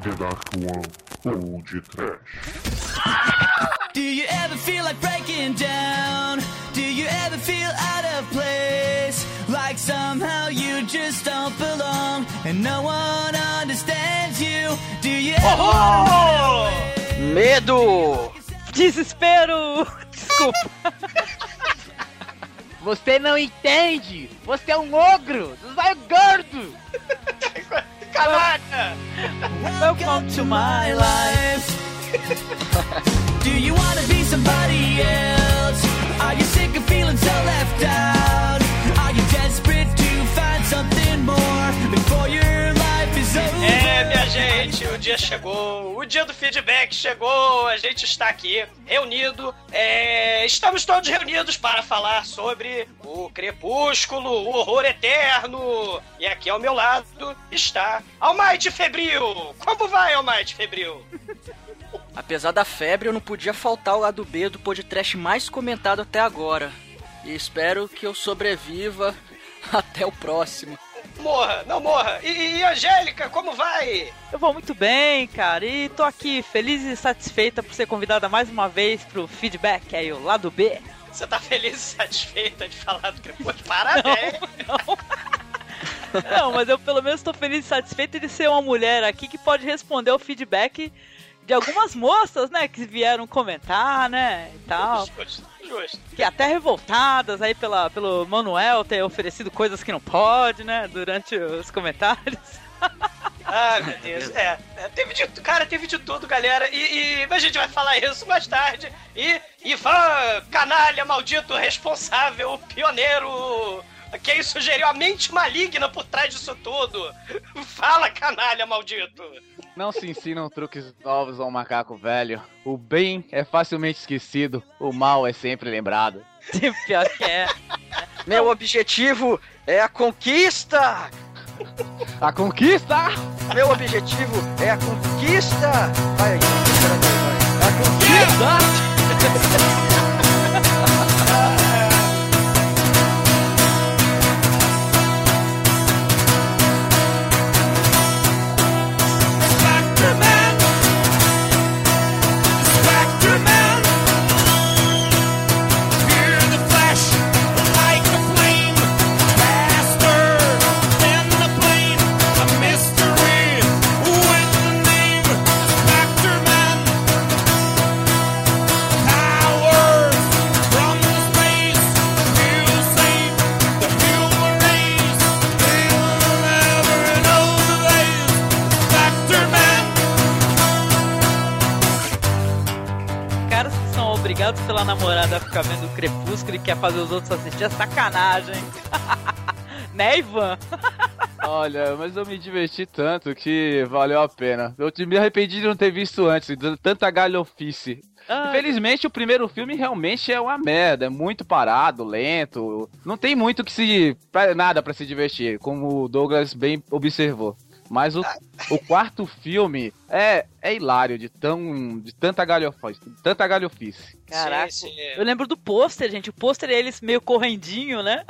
The Dark One ou de trash. Do you ever feel like breaking down? Do you ever feel out of place? Like somehow you just don't belong and no one understands you. Do you ever Medo! Desespero! Desculpa. Você não entende! Você é um ogro! Vai gordo! Caraca! Welcome to my life. Do you wanna be somebody else? Are you sick of feeling so left out? Are you desperate to find something more before your life is over? Minha gente, o dia chegou, o dia do feedback chegou, a gente está aqui reunido, estamos todos reunidos para falar sobre o Crepúsculo, o horror eterno, e aqui ao meu lado está Almighty Febril. Como vai, Almighty Febril? Apesar da febre, eu não podia faltar o lado B do podcast mais comentado até agora. E espero que eu sobreviva até o próximo. Morra, não morra. E Angélica, como vai? Eu vou muito bem, cara, e tô aqui feliz e satisfeita por ser convidada mais uma vez pro feedback, aí o lado B. Você tá feliz e satisfeita de falar do Crepúsculo? Parabéns! Não, mas eu pelo menos tô feliz e satisfeita de ser uma mulher aqui que pode responder o feedback de algumas moças, né, que vieram comentar, né, e tal. Justo. Que até revoltadas aí pelo Manuel ter oferecido coisas que não pode, né, durante os comentários. Ah, meu Deus, teve de tudo, galera, e a gente vai falar isso mais tarde. E Ivan, canalha, maldito, responsável, pioneiro, quem sugeriu a mente maligna por trás disso tudo. Fala, canalha, maldito. Não se ensinam truques novos ao macaco velho. O bem é facilmente esquecido, o mal é sempre lembrado. Pior que é. Meu objetivo é a conquista! A conquista! Meu objetivo é a conquista! Vai aí, vai. A conquista! Obrigado pela namorada ficar vendo o Crepúsculo e quer fazer os outros assistir, é sacanagem. Né, Ivan? Olha, mas eu me diverti tanto que valeu a pena. Eu me arrependi de não ter visto antes, de tanta galhofice. Infelizmente, o primeiro filme realmente é uma merda, é muito parado, lento, não tem muito nada pra se divertir, como o Douglas bem observou. Mas o quarto filme é hilário de tanta galhofice. Caraca, eu lembro do pôster, gente. O pôster é eles meio correndinho, né?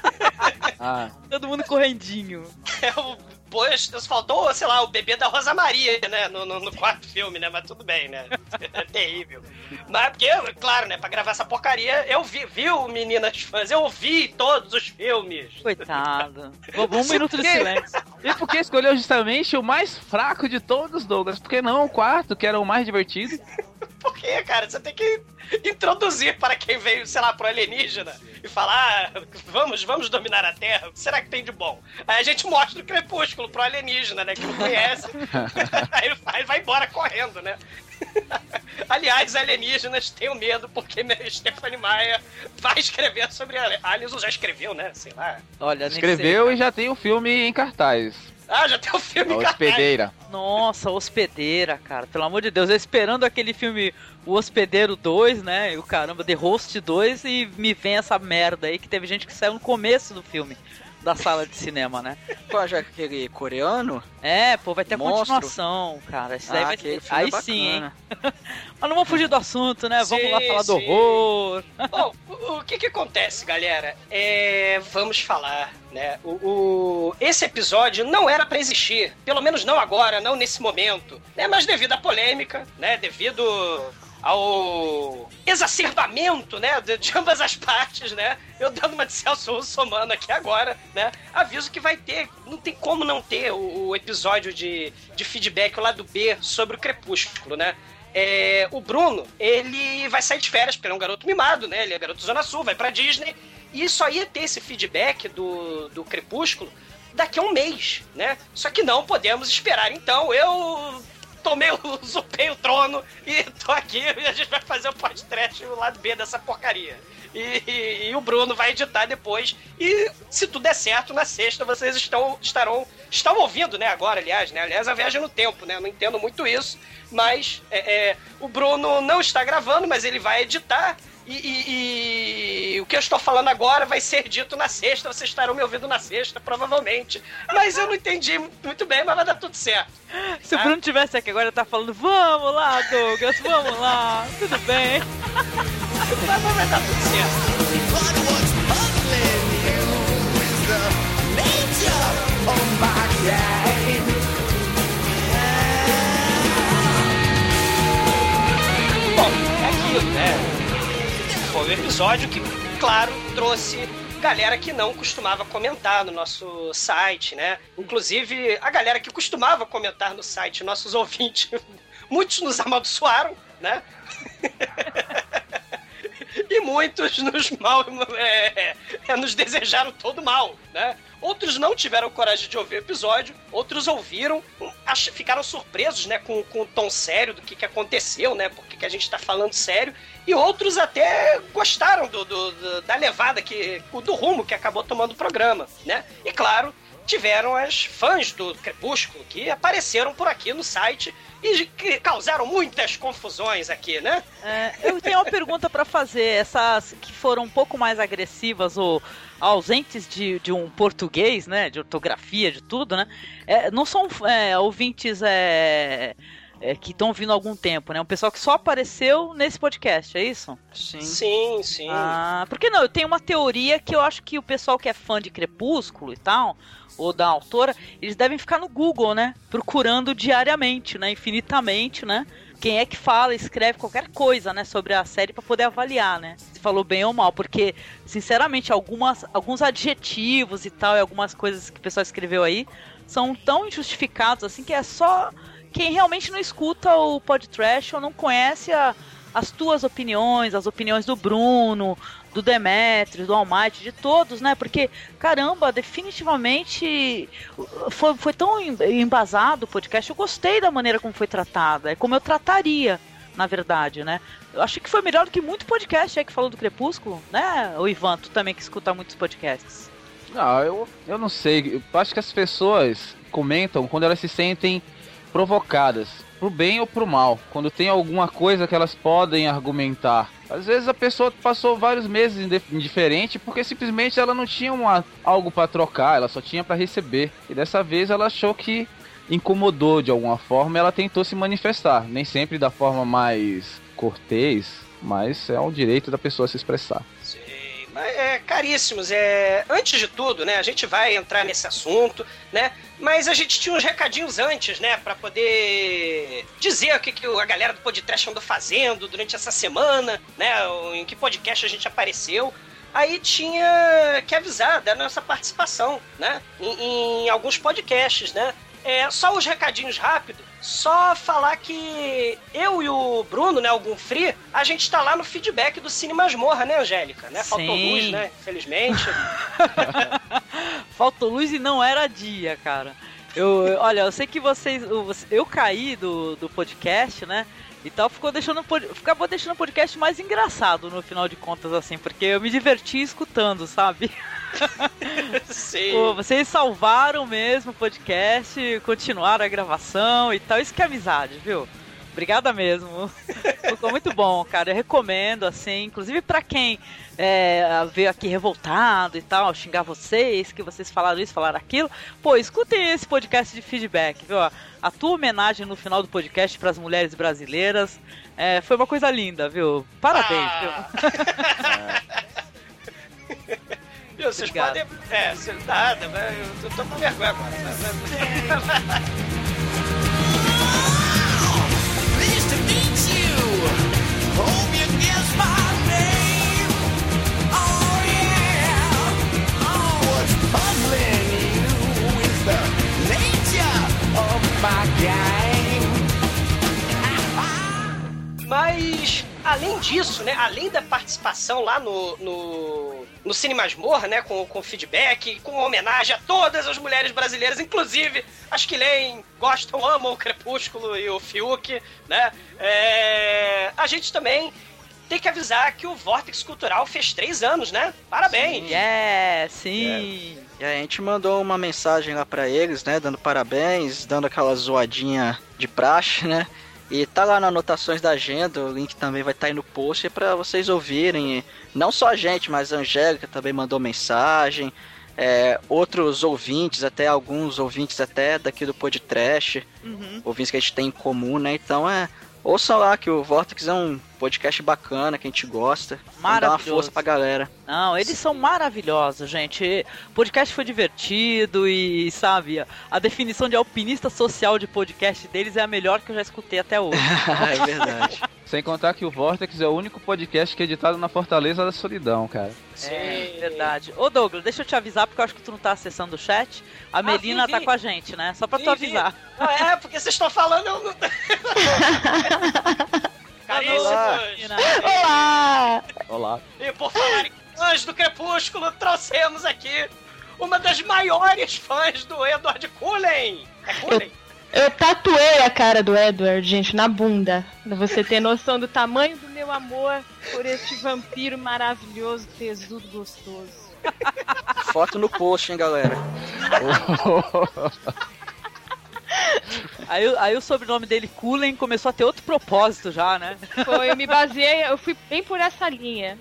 Todo mundo correndinho. Pois, faltou, sei lá, o bebê da Rosa Maria, né, no quarto filme, né, mas tudo bem, né, é terrível. Mas, porque, claro, né, pra gravar essa porcaria, eu viu, meninas fãs, eu vi todos os filmes. Coitado. Um minuto de silêncio. E por que escolheu justamente o mais fraco de todos, Douglas? Por que não o quarto, que era o mais divertido? Por quê, cara? Você tem que introduzir para quem veio, sei lá, pro alienígena e falar, vamos dominar a Terra, o que será que tem de bom? Aí a gente mostra o Crepúsculo pro alienígena, né, que não conhece, aí ele vai embora correndo, né? Aliás, alienígenas tenham medo porque Stephanie Meyer vai escrever sobre aliens, ou já escreveu, né, sei lá. Olha, escreveu sei, e já tem o filme em cartaz. Já tem o filme em cartaz. Hospedeira. Nossa, Hospedeira, cara. Pelo amor de Deus, eu esperando aquele filme O Hospedeiro 2, né? E o caramba, The Host 2, e me vem essa merda aí que teve gente que saiu no começo do filme. da sala de cinema, né? Qual já aquele coreano? É, pô, vai ter a Monstro. continuação, cara. Isso daí vai aquele ter. filme Aí é sim, hein? bacana. Mas não vamos fugir do assunto, né? Vamos Sim, lá falar do sim. horror. Bom, o que acontece, galera? Vamos falar, né? Esse episódio não era pra existir. Pelo menos não agora, não nesse momento. Né? Mas devido à polêmica, né? Devido ao exacerbamento, né, de ambas as partes, né, eu dando uma de Celso Russomano aqui agora, né, aviso que vai ter, não tem como não ter o episódio de feedback, o lado B, sobre o Crepúsculo, né. O Bruno, ele vai sair de férias, porque ele é um garoto mimado, né, ele é garoto Zona Sul, vai pra Disney, e só ia ter esse feedback do Crepúsculo daqui a um mês, né, só que não podemos esperar, então eu usurpei o trono e tô aqui e a gente vai fazer o podcast o lado B dessa porcaria. E o Bruno vai editar depois. E se tudo der certo, na sexta vocês estão ouvindo, né, agora, aliás, né? Aliás, a viagem no tempo, né? Eu não entendo muito isso, mas o Bruno não está gravando, mas ele vai editar. E o que eu estou falando agora vai ser dito na sexta, vocês estarão me ouvindo na sexta, provavelmente. Mas eu não entendi muito bem, mas vai dar tudo certo. Se o Bruno tivesse aqui agora, ele tá falando, vamos lá, Douglas, vamos lá, tudo bem. Mas vai dar tudo certo. Bom, é aquilo, né? Foi um episódio que, claro, trouxe galera que não costumava comentar no nosso site, né? Inclusive, a galera que costumava comentar no site, nossos ouvintes, muitos nos amaldiçoaram, né? E muitos nos desejaram todo mal, né? Outros não tiveram coragem de ouvir o episódio, outros ouviram, ficaram surpresos, né, com o tom sério do que aconteceu, né, porque que a gente tá falando sério, e outros até gostaram da levada, do rumo que acabou tomando o programa, né? E claro, tiveram as fãs do Crepúsculo que apareceram por aqui no site e causaram muitas confusões aqui, né? Eu tenho uma pergunta pra fazer. Essas que foram um pouco mais agressivas ou ausentes de um português, né? De ortografia, de tudo, né? Não são ouvintes que estão vindo há algum tempo, né? Um pessoal que só apareceu nesse podcast, é isso? Sim. Sim. Porque não, eu tenho uma teoria que eu acho que o pessoal que é fã de Crepúsculo e tal, ou da autora, eles devem ficar no Google, né? Procurando diariamente, né? Infinitamente, né? Quem é que fala, escreve qualquer coisa, né? Sobre a série pra poder avaliar, né? Se falou bem ou mal. Porque, sinceramente, alguns adjetivos e tal, e algumas coisas que o pessoal escreveu aí, são tão injustificados, assim, que é só quem realmente não escuta o podcast ou não conhece as tuas opiniões, as opiniões do Bruno, do Demetrius, do Almighty, de todos, né? Porque, caramba, definitivamente foi tão embasado o podcast. Eu gostei da maneira como foi tratada. É como eu trataria, na verdade, né? Eu acho que foi melhor do que muito podcast aí que falou do Crepúsculo, né? O Ivan, tu também que escuta muitos podcasts. Não, eu não sei. Eu acho que as pessoas comentam quando elas se sentem provocadas, pro bem ou pro mal, quando tem alguma coisa que elas podem argumentar. Às vezes a pessoa passou vários meses indiferente porque simplesmente ela não tinha algo para trocar, ela só tinha para receber. E dessa vez ela achou que incomodou de alguma forma e ela tentou se manifestar. Nem sempre da forma mais cortês, mas é um direito da pessoa se expressar. Caríssimos, antes de tudo, né, a gente vai entrar nesse assunto, né, mas a gente tinha uns recadinhos antes, né, pra poder dizer o que a galera do podcast andou fazendo durante essa semana, né, em que podcast a gente apareceu. Aí tinha que avisar da nossa participação, né, em alguns podcasts, né. Só os recadinhos rápidos, só falar que eu e o Bruno, né, o Gunfree, a gente tá lá no feedback do Cine Masmorra, né, Angélica? Né? Faltou luz, né, infelizmente. Faltou luz e não era dia, cara. Olha, eu sei que eu caí do podcast, né, e tal, acabou deixando o podcast mais engraçado no final de contas, assim, porque eu me diverti escutando, sabe? Sim. Pô, vocês salvaram mesmo o podcast, continuaram a gravação e tal. Isso que é amizade, viu? Obrigada mesmo. Ficou muito bom, cara. Eu recomendo, assim, inclusive pra quem veio aqui revoltado e tal, xingar vocês, que vocês falaram isso, falaram aquilo. Pô, escutem esse podcast de feedback, viu? A tua homenagem no final do podcast pras mulheres brasileiras foi uma coisa linda, viu? Parabéns, viu? Viu, vocês podem... nada, eu tô com vergonha agora. Pleased to meet you. Hope you guess my name. Oh yeah. Oh, what's puzzling you is the nature of my game. Mas, além disso, né? Além da participação lá no Cine Masmorra, né? Com feedback, com homenagem a todas as mulheres brasileiras, inclusive as que leem, gostam, amam o Crepúsculo e o Fiuk, né? A gente também tem que avisar que o Vórtex Cultural fez 3 anos, né? Parabéns! Sim! E aí a gente mandou uma mensagem lá pra eles, né? Dando parabéns, dando aquela zoadinha de praxe, né? E tá lá nas anotações da agenda, o link também vai estar aí no post pra vocês ouvirem. E não só a gente, mas a Angélica também mandou mensagem. Outros ouvintes, até alguns ouvintes até daqui do podcast, ouvintes que a gente tem em comum, né? Então ouçam lá que o Vortex é um podcast bacana, que a gente gosta. Dá uma força pra galera. Não, eles são maravilhosos, gente. O podcast foi divertido e, sabe, a definição de alpinista social de podcast deles é a melhor que eu já escutei até hoje. É verdade. Sem contar que o Vortex é o único podcast que é editado na Fortaleza da Solidão, cara. Sim. Verdade. Ô Douglas, deixa eu te avisar, porque eu acho que tu não tá acessando o chat. A Melina vi. tá com a gente, né? Só pra tu avisar. Não, porque vocês estão falando, eu não... Caríssimos! Olá! Olá. E por falar em fãs do Crepúsculo, trouxemos aqui uma das maiores fãs do Edward Cullen. É Cullen? Eu tatuei a cara do Edward, gente, na bunda. Pra você ter noção do tamanho do meu amor por este vampiro maravilhoso, tesudo, gostoso. Foto no post, hein, galera. Aí o sobrenome dele, Cullen, começou a ter outro propósito já, né? Foi, eu fui bem por essa linha.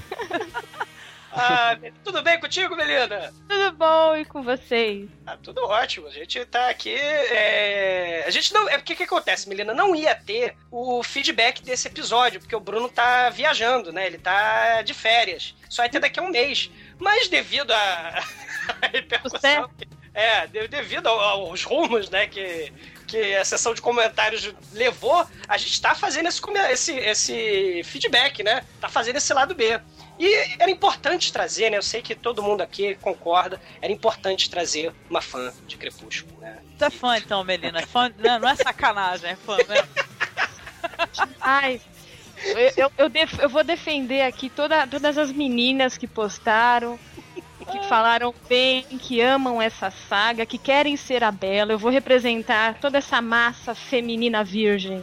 Tudo bem contigo, Melina? Tudo bom, e com vocês? Tudo ótimo, a gente tá aqui. A gente não. O que acontece, Melina? Não ia ter o feedback desse episódio, porque o Bruno tá viajando, né? Ele tá de férias. Só vai ter daqui a um mês. Mas devido à repercussão. Devido aos rumos, né, que a sessão de comentários levou, a gente tá fazendo esse feedback, né? Tá fazendo esse lado B. E era importante trazer, né? Eu sei que todo mundo aqui concorda, era importante trazer uma fã de Crepúsculo, né? Tu é fã então, Melina? É fã, não é sacanagem, é fã, né? Ai, eu vou defender aqui todas as meninas que postaram, que falaram bem, que amam essa saga, que querem ser a Bella. Eu vou representar toda essa massa feminina virgem.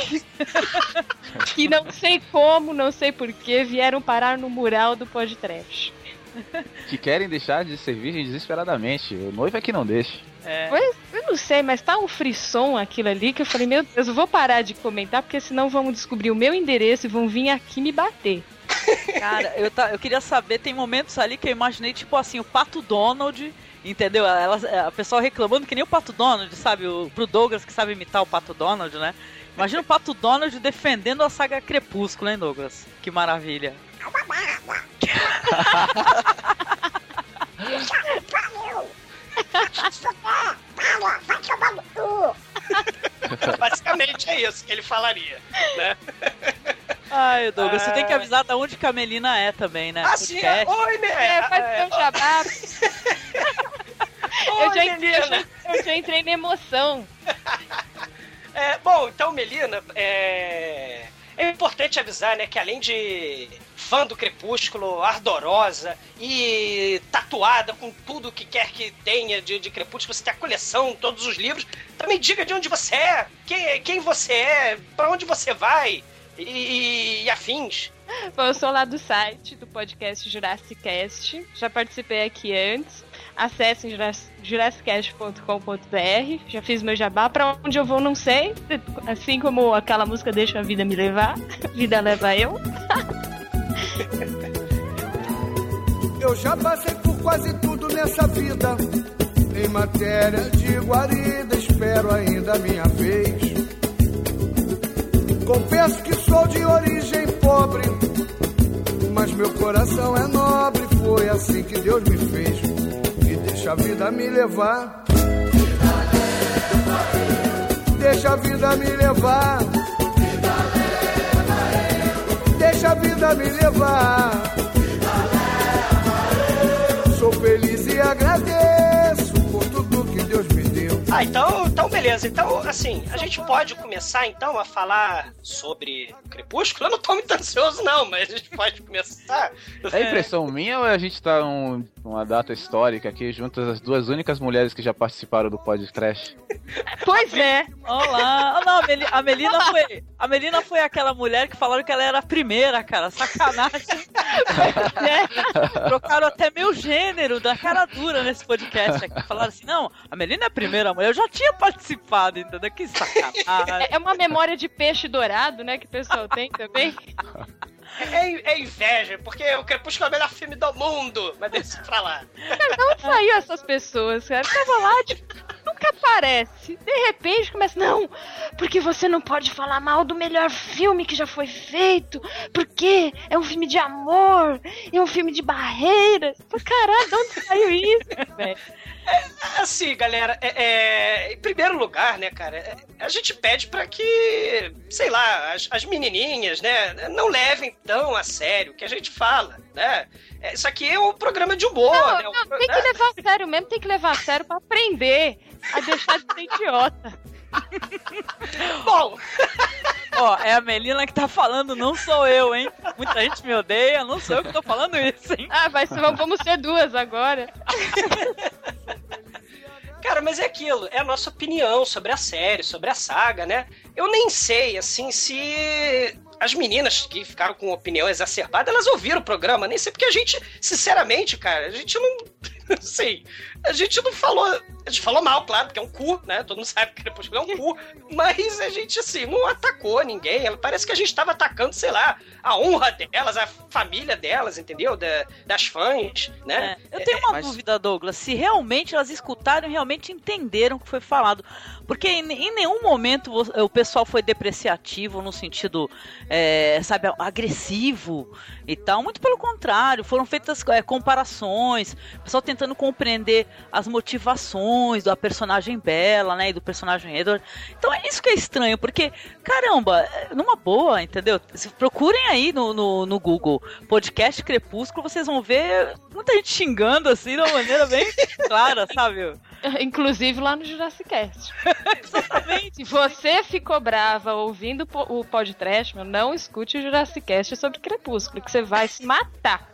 Que não sei como, não sei porquê, vieram parar no mural do podcast. Que querem deixar de ser virgem desesperadamente. O noivo é que não deixa. Pois, eu não sei, mas tá um frisson aquilo ali que eu falei, meu Deus, eu vou parar de comentar, porque senão vão descobrir o meu endereço e vão vir aqui me bater. Cara, eu queria saber, tem momentos ali que eu imaginei, tipo assim, o Pato Donald, entendeu? A pessoa reclamando que nem o Pato Donald, sabe? Pro Douglas que sabe imitar o Pato Donald, né? Imagina o Pato Donald defendendo a saga Crepúsculo, hein, Douglas? Que maravilha. Basicamente é isso que ele falaria, né? Ai, Douglas, você tem que avisar de onde que a Melina é também, né? Sim, oi, né? Faz seu jabá. Eu já entrei na emoção. Bom, então, Melina, é importante avisar, né, que além de fã do Crepúsculo, ardorosa e tatuada com tudo que quer que tenha de Crepúsculo, você tem a coleção, todos os livros, também diga de onde você é, quem você é, pra onde você vai e afins. Bom, eu sou lá do site do podcast Jurassicast. Já participei aqui antes. Acessem jurassicast.com.br. Já fiz meu jabá. Pra onde eu vou, não sei. Assim como aquela música Deixa a Vida Me Levar. Vida leva eu. Eu já passei por quase tudo nessa vida. Em matéria de guarida, espero ainda a minha vez. Confesso que sou de origem pobre, mas meu coração é nobre. Foi assim que Deus me fez. E deixa a vida me levar. Deixa a vida me levar. Deixa a vida me levar. Sou feliz e agradeço por tudo que Deus me deu. Então beleza. Então, assim, a gente pode começar, então, a falar sobre Crepúsculo? Eu não tô muito ansioso, não, mas a gente pode começar. É impressão minha ou a gente tá numa data histórica aqui, juntas as duas únicas mulheres que já participaram do podcast? Pois é. Olá. Não, a Melina foi aquela mulher que falaram que ela era a primeira, cara. Sacanagem. Trocaram até meu gênero da cara dura nesse podcast aqui. Falaram assim, não, a Melina é a primeira mulher. Eu já tinha participado, entendeu? Que sacanagem. É uma memória de peixe dourado, né, que o pessoal tem também. É inveja, porque o Crepúsculo é o melhor filme do mundo. Mas deixa pra lá. Cara, de onde saiu essas pessoas, cara? Tava lá, nunca aparece. De repente começa, não, porque você não pode falar mal do melhor filme que já foi feito, porque é um filme de amor, é um filme de barreiras. Caralho, de onde saiu isso, velho? Assim, galera, em primeiro lugar, né, cara, a gente pede pra que, sei lá, as menininhas, né, não levem tão a sério o que a gente fala, né? Isso aqui é um programa de humor, né? Não, tem que levar a sério mesmo, tem que levar a sério pra aprender a deixar de ser idiota. Bom... Ó, é a Melina que tá falando, não sou eu, hein? Muita gente me odeia, não sou eu que tô falando isso, hein? Ah, mas vamos ser duas agora. Cara, mas é aquilo, é a nossa opinião sobre a série, sobre a saga, né? Eu nem sei, assim, se as meninas que ficaram com opinião exacerbada, elas ouviram o programa, nem sei, porque a gente, sinceramente, cara, a gente não sei, a gente não falou, a gente falou mal, claro, porque é um cu, né? Todo mundo sabe que Crepúsculo é um cu, mas a gente, assim, não atacou ninguém. Parece que a gente tava atacando, sei lá, a honra delas, a família delas, entendeu? Das fãs, né? Eu tenho uma dúvida, Douglas, se realmente elas escutaram e realmente entenderam o que foi falado, porque em nenhum momento o pessoal foi depreciativo no sentido, sabe, agressivo e tal, muito pelo contrário, foram feitas comparações, o pessoal tentando compreender as motivações da personagem Bella, né, e do personagem Edward. Então é isso que é estranho, porque, caramba, numa boa, entendeu? Procurem aí no Google podcast Crepúsculo, vocês vão ver muita gente xingando assim, de uma maneira bem clara, sabe? Inclusive lá no Jurassicast. Exatamente. Se você ficou brava ouvindo o podcast, não escute o Jurassicast sobre Crepúsculo, que você vai se matar.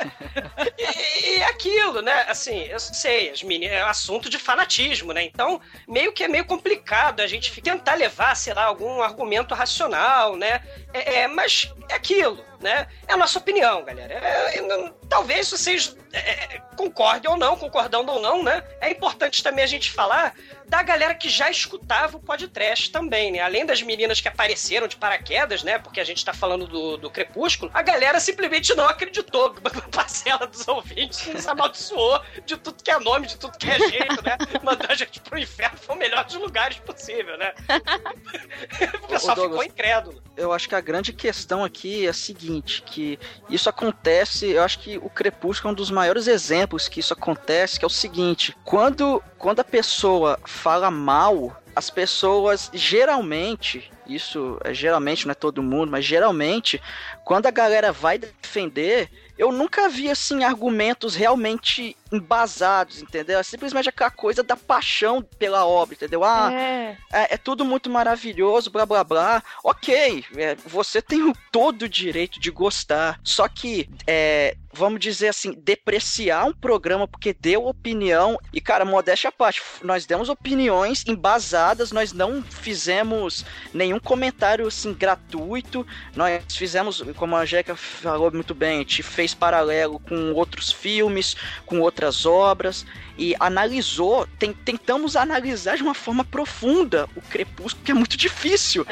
E aquilo, né? Assim, eu sei, as meninas, é um assunto de fanatismo, né? Então, meio que é meio complicado a gente tentar levar, sei lá, algum argumento racional, né? Mas é aquilo, né? É a nossa opinião, galera. Talvez vocês concordem ou não, concordando ou não, né? É importante também a gente falar da galera que já escutava o podcast também, né? Além das meninas que apareceram de paraquedas, né? Porque a gente tá falando do Crepúsculo, a galera simplesmente não acreditou. Uma parcela dos ouvintes nos amaldiçoou de tudo que é nome, de tudo que é jeito, né? Mandou a gente pro inferno, foi o melhor dos lugares possível, né? O pessoal ficou incrédulo. Eu acho que a grande questão aqui é a seguinte, que isso acontece, eu acho que o Crepúsculo é um dos maiores exemplos que isso acontece, que é o seguinte, quando a pessoa fala mal, as pessoas geralmente, isso é geralmente, não é todo mundo, mas geralmente, quando a galera vai defender, eu nunca vi, assim, argumentos realmente embasados, entendeu? É simplesmente aquela coisa da paixão pela obra, entendeu? É tudo muito maravilhoso, blá, blá, blá. Ok, você tem todo o direito de gostar, só que vamos dizer assim, depreciar um programa porque deu opinião. E, cara, modéstia à parte, nós demos opiniões embasadas, nós não fizemos nenhum comentário, assim, gratuito. Nós fizemos, como a Angélica falou muito bem, a gente fez paralelo com outros filmes, com outras obras, e analisou, tentamos analisar de uma forma profunda o Crepúsculo, que é muito difícil.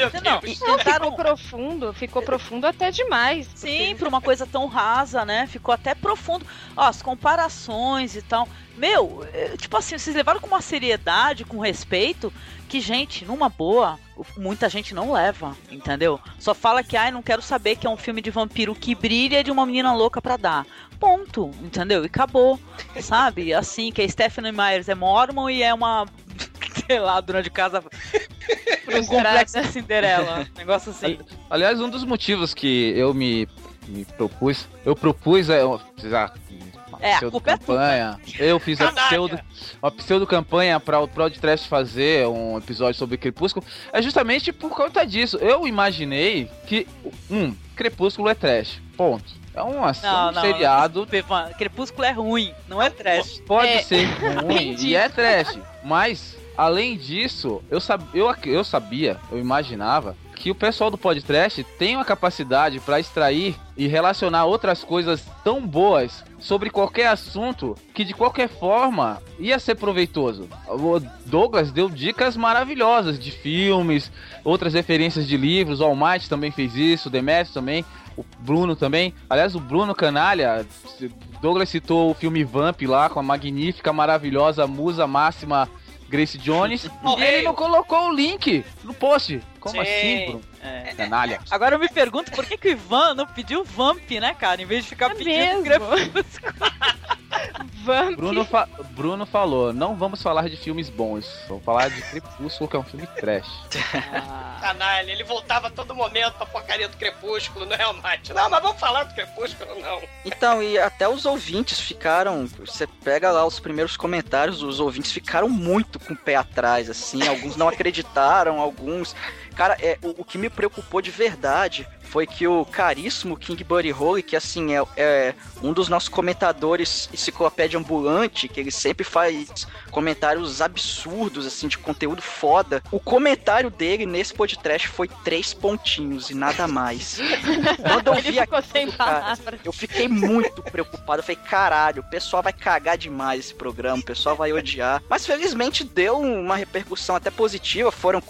Ficou profundo até demais. Sim, pra uma coisa tão rasa, né? Ficou até profundo. Ó, as comparações e tal. Meu, tipo assim, vocês levaram com uma seriedade, com respeito, que, gente, numa boa, muita gente não leva, entendeu? Só fala que, não quero saber que é um filme de vampiro que brilha de uma menina louca pra dar. Ponto, entendeu? E acabou, sabe? Assim, que a Stephanie Myers é mormon e é uma, sei lá, dona de casa um complexo da Cinderela. Negócio assim. Aliás, um dos motivos que eu me propus... Eu propus a culpa campanha. Eu fiz uma pseudo-campanha para o Podcast fazer um episódio sobre Crepúsculo. É justamente por conta disso. Eu imaginei que, Crepúsculo é trash. Ponto. É um seriado. Crepúsculo é ruim, não é trash. Pode ser ruim e é trash. Mas, além disso, eu imaginava que o pessoal do podcast tem uma capacidade para extrair e relacionar outras coisas tão boas sobre qualquer assunto que de qualquer forma ia ser proveitoso. O Douglas deu dicas maravilhosas de filmes, outras referências de livros, o All Might também fez isso, o Demetrio também, o Bruno também. Aliás, o Bruno Canalha, Douglas citou o filme Vamp lá com a magnífica, maravilhosa musa máxima Grace Jones, e ele não colocou o link no post. Como assim, Bruno? Canalha. Agora eu me pergunto por que o Ivan não pediu Vamp, né, cara? Em vez de ficar pedindo Crepúsculo. Vamp. Bruno falou, não vamos falar de filmes bons, vamos falar de Crepúsculo, que é um filme trash. Canalha, ele voltava a todo momento pra porcaria do Crepúsculo, não é o Mate? Não, mas vamos falar do Crepúsculo, não. Então, e até os ouvintes ficaram, você pega lá os primeiros comentários, os ouvintes ficaram muito com o pé atrás, assim, alguns não acreditaram, alguns... Cara, o que me preocupou de verdade foi que o caríssimo King Buddy Holly, que assim é um dos nossos comentadores enciclopédia ambulante, que ele sempre faz comentários absurdos, assim, de conteúdo foda. O comentário dele nesse podcast foi 3 pontinhos e nada mais. Quando eu vi aquilo, cara, eu fiquei muito preocupado. Eu falei, caralho, o pessoal vai cagar demais esse programa, o pessoal vai odiar. Mas felizmente deu uma repercussão até positiva, foram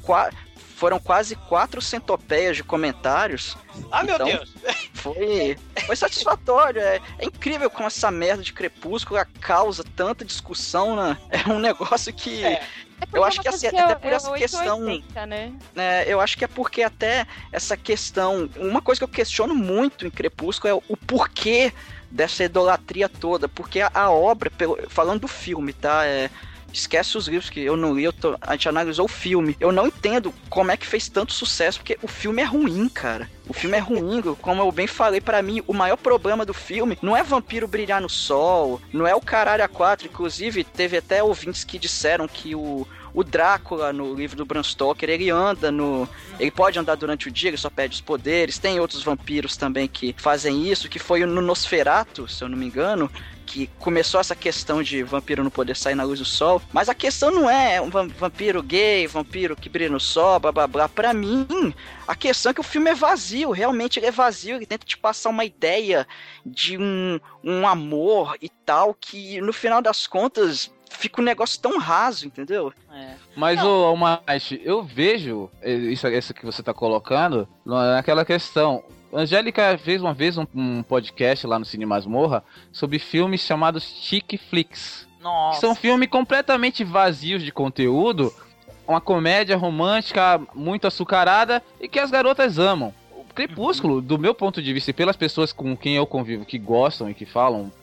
quase 4 centopeias de comentários. Meu Deus! Foi satisfatório. É incrível como essa merda de Crepúsculo causa tanta discussão, né? É um negócio que... Eu acho que assim, até por essa questão... 880, né? Eu acho que é porque até essa questão... Uma coisa que eu questiono muito em Crepúsculo é o porquê dessa idolatria toda. Porque a obra, falando do filme, tá? Esquece os livros que eu não li, a gente analisou o filme. Eu não entendo como é que fez tanto sucesso, porque o filme é ruim, cara. O filme é ruim, como eu bem falei, pra mim, o maior problema do filme não é vampiro brilhar no sol, não é o caralho a 4. Inclusive, teve até ouvintes que disseram que o Drácula, no livro do Bram Stoker, ele pode andar durante o dia, ele só perde os poderes. Tem outros vampiros também que fazem isso, que foi no Nosferatu, se eu não me engano, que começou essa questão de vampiro não poder sair na luz do sol. Mas a questão não é um vampiro gay, vampiro que brilha no sol, blá blá blá. Pra mim, a questão é que o filme é vazio, realmente ele é vazio. Ele tenta te passar uma ideia de um amor e tal, que no final das contas fica um negócio tão raso, entendeu? Mas, Mate, eu vejo isso que você tá colocando naquela questão. Angélica fez uma vez um podcast lá no Cine Masmorra sobre filmes chamados chick flicks. Nossa. Que são filmes completamente vazios de conteúdo, uma comédia romântica muito açucarada e que as garotas amam. O Crepúsculo, do meu ponto de vista e pelas pessoas com quem eu convivo que gostam e que falam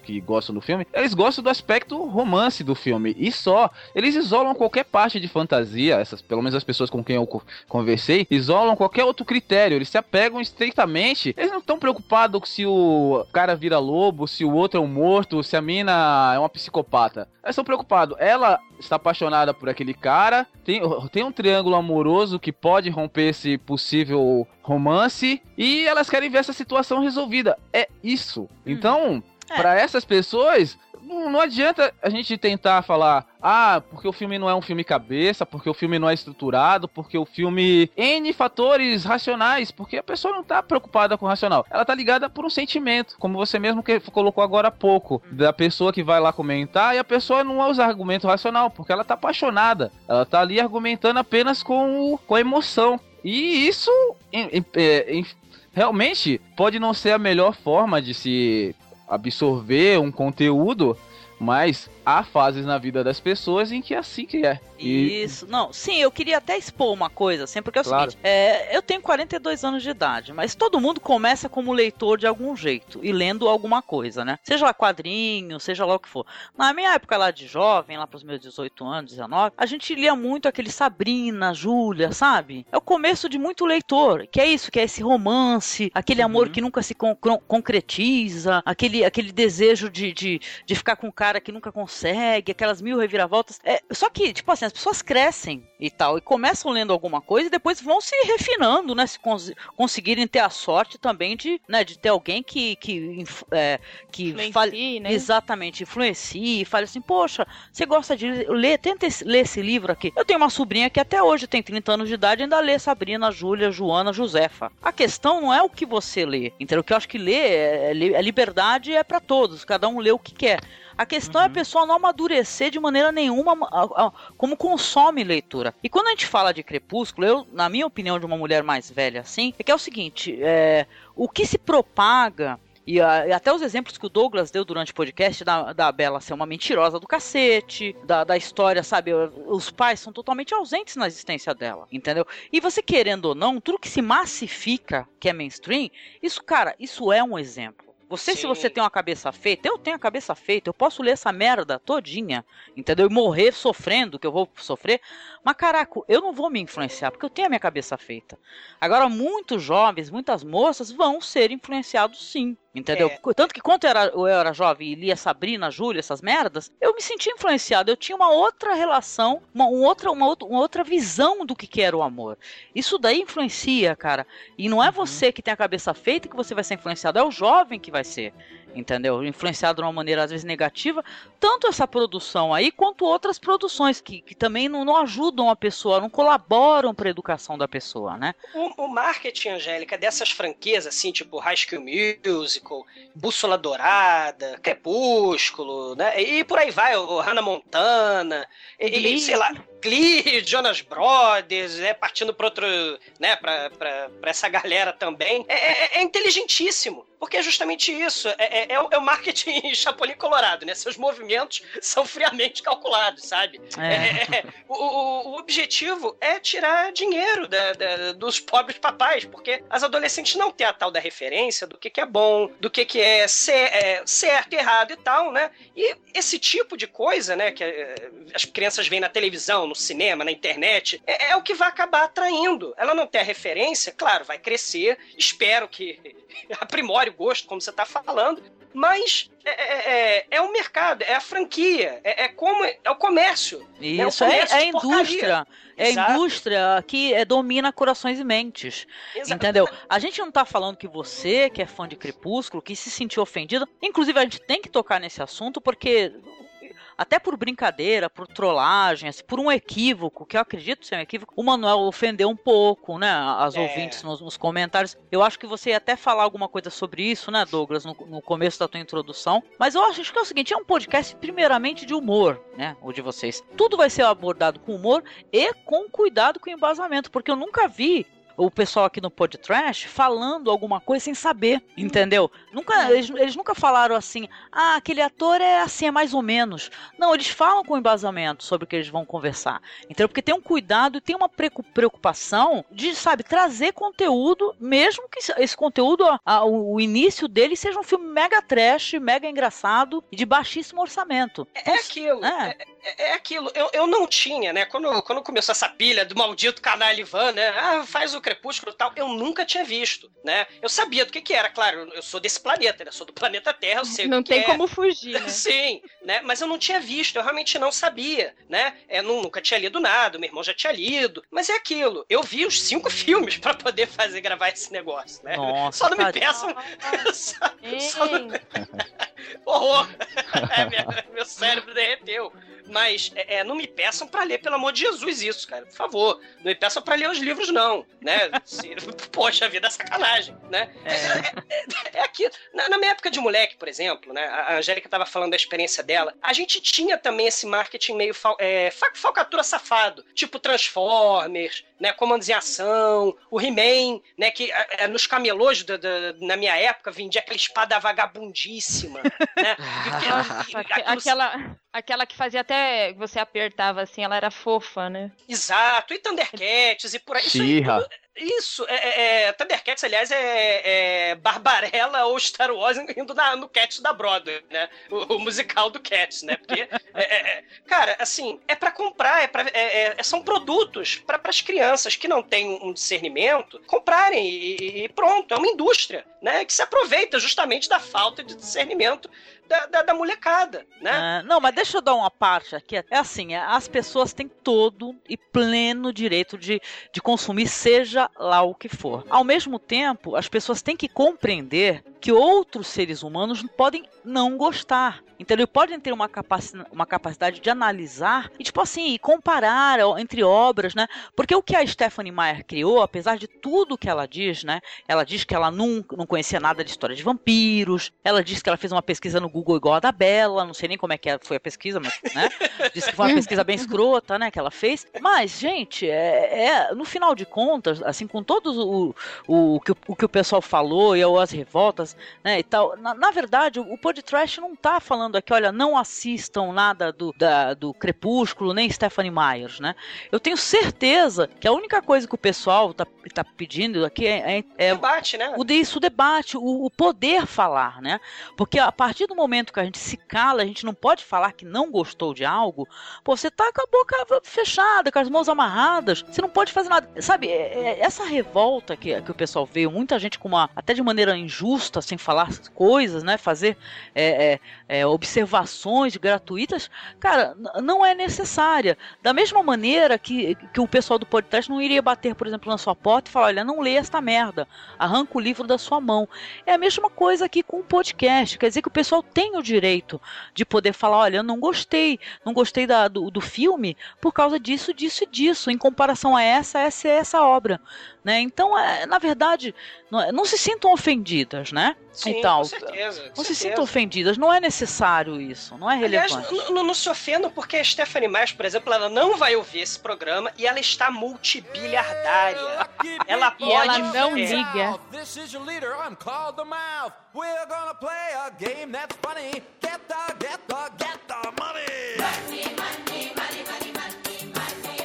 que gostam do filme, eles gostam do aspecto romance do filme, e só. Eles isolam qualquer parte de fantasia, pelo menos as pessoas com quem eu conversei, isolam qualquer outro critério, eles se apegam estritamente, eles não estão preocupados se o cara vira lobo, se o outro é um morto, se a mina é uma psicopata. Eles estão preocupados, ela está apaixonada por aquele cara, tem um triângulo amoroso que pode romper esse possível romance, e elas querem ver essa situação resolvida. É isso. Então, para essas pessoas, não adianta a gente tentar falar, porque o filme não é um filme cabeça, porque o filme não é estruturado, porque o filme... N fatores racionais, porque a pessoa não tá preocupada com o racional. Ela tá ligada por um sentimento, como você mesmo colocou agora há pouco, da pessoa que vai lá comentar, e a pessoa não usa argumento racional, porque ela tá apaixonada. Ela tá ali argumentando apenas com a emoção. E isso, realmente, pode não ser a melhor forma de se absorver um conteúdo, mas há fases na vida das pessoas em que é assim que é. Isso, não, sim, eu queria até expor uma coisa, assim, porque é o seguinte, eu tenho 42 anos de idade, mas todo mundo começa como leitor de algum jeito, e lendo alguma coisa, né? Seja lá quadrinho, seja lá o que for. Na minha época lá de jovem, lá pros meus 18 anos, 19, a gente lia muito aquele Sabrina, Júlia, sabe? É o começo de muito leitor, que é isso, que é esse romance, aquele amor que nunca se concretiza, aquele desejo de ficar com um cara que nunca consegue, aquelas mil reviravoltas. Só que, tipo assim, as pessoas crescem e tal, e começam lendo alguma coisa e depois vão se refinando, né? Se conseguirem ter a sorte também de ter alguém que fale, né? Exatamente, influencie e fale assim, poxa, você gosta de ler? Tenta ler esse livro aqui. Eu tenho uma sobrinha que até hoje tem 30 anos de idade e ainda lê Sabrina, Júlia, Joana, Josefa. A questão não é o que você lê, entendeu? O que eu acho que ler, a liberdade é pra todos, cada um lê o que quer. A questão é a pessoa não amadurecer de maneira nenhuma como consome leitura. E quando a gente fala de Crepúsculo, na minha opinião, de uma mulher mais velha assim, é que é o seguinte, o que se propaga, e até os exemplos que o Douglas deu durante o podcast da Bella ser uma mentirosa do cacete, da história, sabe, os pais são totalmente ausentes na existência dela, entendeu? E você querendo ou não, tudo que se massifica, que é mainstream, isso é um exemplo. Se você tem uma cabeça feita, eu tenho a cabeça feita, eu posso ler essa merda todinha, entendeu? E morrer sofrendo, que eu vou sofrer, mas caraca, eu não vou me influenciar, porque eu tenho a minha cabeça feita. Agora, muitos jovens, muitas moças vão ser influenciados sim, entendeu? Tanto que quando eu era jovem e lia Sabrina, Júlia, essas merdas, eu me sentia influenciado, eu tinha uma outra relação, uma outra visão do que era o amor. Isso daí influencia, cara, e não é você que tem a cabeça feita que você vai ser influenciado, é o jovem que vai ser, entendeu? Influenciado de uma maneira às vezes negativa, tanto essa produção aí quanto outras produções que também não ajudam a pessoa, não colaboram para a educação da pessoa, né? O marketing, Angélica, dessas franquias assim, tipo High School Musical, Bússola Dourada, Crepúsculo, né? E por aí vai, o Hannah Montana, e sei lá, Glee, Jonas Brothers, partindo para outro, né, para essa galera também, é inteligentíssimo, porque é justamente isso, é o marketing Chapolin Colorado, né? Seus movimentos são friamente calculados, sabe? O objetivo é tirar dinheiro dos pobres papais, porque as adolescentes não têm a tal da referência do que é bom, do que é certo e errado e tal, né? E esse tipo de coisa, né, que as crianças veem na televisão, no cinema, na internet, é o que vai acabar atraindo. Ela não tem a referência, claro, vai crescer, espero que aprimore o gosto, como você está falando, mas é o mercado, é a franquia, é o comércio. Isso, é a indústria. É a indústria que domina corações e mentes. Exato. Entendeu? A gente não tá falando que você, que é fã de Crepúsculo, que se sentiu ofendido, inclusive a gente tem que tocar nesse assunto, porque até por brincadeira, por trollagem, assim, por um equívoco, que eu acredito ser um equívoco, o Manuel ofendeu um pouco, né, as ouvintes nos comentários. Eu acho que você ia até falar alguma coisa sobre isso, né, Douglas, no começo da tua introdução. Mas eu acho que é o seguinte, é um podcast primeiramente de humor, né, o de vocês. Tudo vai ser abordado com humor e com cuidado com o embasamento, porque eu nunca vi o pessoal aqui no Podtrash falando alguma coisa sem saber, entendeu? Eles nunca falaram assim, aquele ator é assim, é mais ou menos. Não, eles falam com embasamento sobre o que eles vão conversar, entendeu? Porque tem um cuidado e tem uma preocupação de, sabe, trazer conteúdo, mesmo que esse conteúdo, o início dele seja um filme mega trash, mega engraçado e de baixíssimo orçamento. É aquilo. Eu não tinha, né? Quando começou essa pilha do maldito canal Ivan, né? Faz o Crepúsculo e tal. Eu nunca tinha visto, né? Eu sabia do que era, claro. Eu sou desse planeta, né? Sou do planeta Terra, eu sei o que Não tem como fugir, né? Sim, né? Mas eu não tinha visto, eu realmente não sabia, né? Nunca tinha lido nada, meu irmão já tinha lido. Mas é aquilo. Eu vi os 5 filmes pra poder gravar esse negócio, né? Nossa, só não me peçam... Horror! Meu cérebro derreteu. Mas não me peçam pra ler, pelo amor de Jesus, isso, cara. Por favor. Não me peçam pra ler os livros, não. Né? Poxa vida, é sacanagem, né? É aquilo. Na minha época de moleque, por exemplo, né? A Angélica tava falando da experiência dela. A gente tinha também esse marketing meio falcatrua safado. Tipo Transformers, né? Comandos em Ação, o He-Man, né? Que nos camelôs na minha época vendia aquela espada vagabundíssima, né? Aquela que fazia até você apertava assim, ela era fofa, né? Exato, e Thundercats e por aí. Isso, Thundercats, aliás, é Barbarella ou Star Wars indo no Cats da Broadway, né? O musical do Cats, né? Porque, cara, assim, é pra comprar, são produtos para as crianças que não têm um discernimento comprarem e pronto, é uma indústria, né? Que se aproveita justamente da falta de discernimento da molecada, né? Não, mas deixa eu dar uma parte aqui. É assim, as pessoas têm todo e pleno direito de consumir, seja lá o que for. Ao mesmo tempo, as pessoas têm que compreender que outros seres humanos podem não gostar. Entendeu? Podem ter uma capacidade de analisar e, tipo assim, comparar entre obras, né? Porque o que a Stephenie Meyer criou, apesar de tudo que ela diz, né? Ela diz que ela não conhecia nada de história de vampiros, ela diz que ela fez uma pesquisa no Google igual a da Bela, não sei nem como é que foi a pesquisa, mas, né? Diz que foi uma pesquisa bem escrota, né? Que ela fez. Mas, gente, no final de contas, assim, com todos o que o pessoal falou e as revoltas, né, e tal, na verdade, o Podtrash não tá falando aqui, olha, não assistam nada do Crepúsculo, nem Stephenie Meyer, né? Eu tenho certeza que a única coisa que o pessoal tá pedindo aqui é debate, né? O debate, o poder falar, né? Porque a partir do momento que a gente se cala, a gente não pode falar que não gostou de algo, pô, você tá com a boca fechada, com as mãos amarradas, você não pode fazer nada. Sabe, essa revolta que o pessoal veio, muita gente até de maneira injusta, sem falar coisas, né? Fazer observações gratuitas, cara, não é necessária. Da mesma maneira que o pessoal do podcast não iria bater, por exemplo, na sua porta e falar, olha, não leia esta merda, arranca o livro da sua mão. É a mesma coisa aqui com o podcast, quer dizer que o pessoal tem o direito de poder falar, olha, eu não gostei do filme por causa disso, disso e disso, em comparação a essa obra, né? Então, na verdade, não se sintam ofendidas, né? Sim, então, com certeza. Não se sintam ofendidas, não é necessário isso, não é relevante. Aliás, não se ofendam porque a Stephenie Meyer, por exemplo, ela não vai ouvir esse programa e ela está multibiliardária. Ela pode... E ela não liga. This is your leader, I'm called the Mouth. We're gonna play a game that's funny. Get the money. Money, money, money, money, money, money,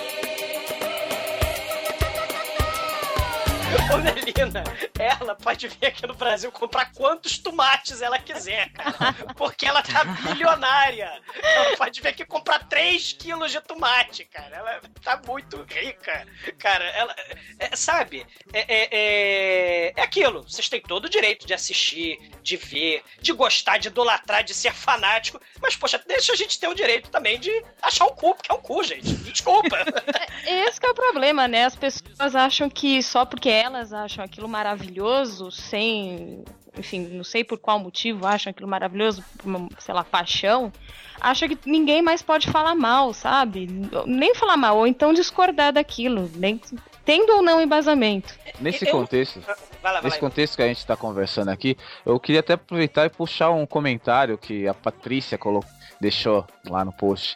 money. Ô, Melina, ela pode vir aqui no Brasil comprar quantos tomates ela quiser, cara. Porque ela tá bilionária. Ela pode vir aqui comprar 3 quilos de tomate, cara. Ela tá muito rica. Cara, ela... sabe? É aquilo. Vocês têm todo o direito de assistir, de ver, de gostar, de idolatrar, de ser fanático. Mas, poxa, deixa a gente ter o direito também de achar um cu, porque é um cu, gente. Desculpa. Esse que é o problema, né? As pessoas acham que só porque elas acham aquilo maravilhoso, enfim, não sei por qual motivo acham aquilo maravilhoso, por uma, sei lá, paixão, acha que ninguém mais pode falar mal, sabe? Nem falar mal, ou então discordar daquilo, nem tendo ou não embasamento. Nesse contexto... Nesse contexto que a gente está conversando aqui, eu queria até aproveitar e puxar um comentário que a Patrícia deixou lá no post.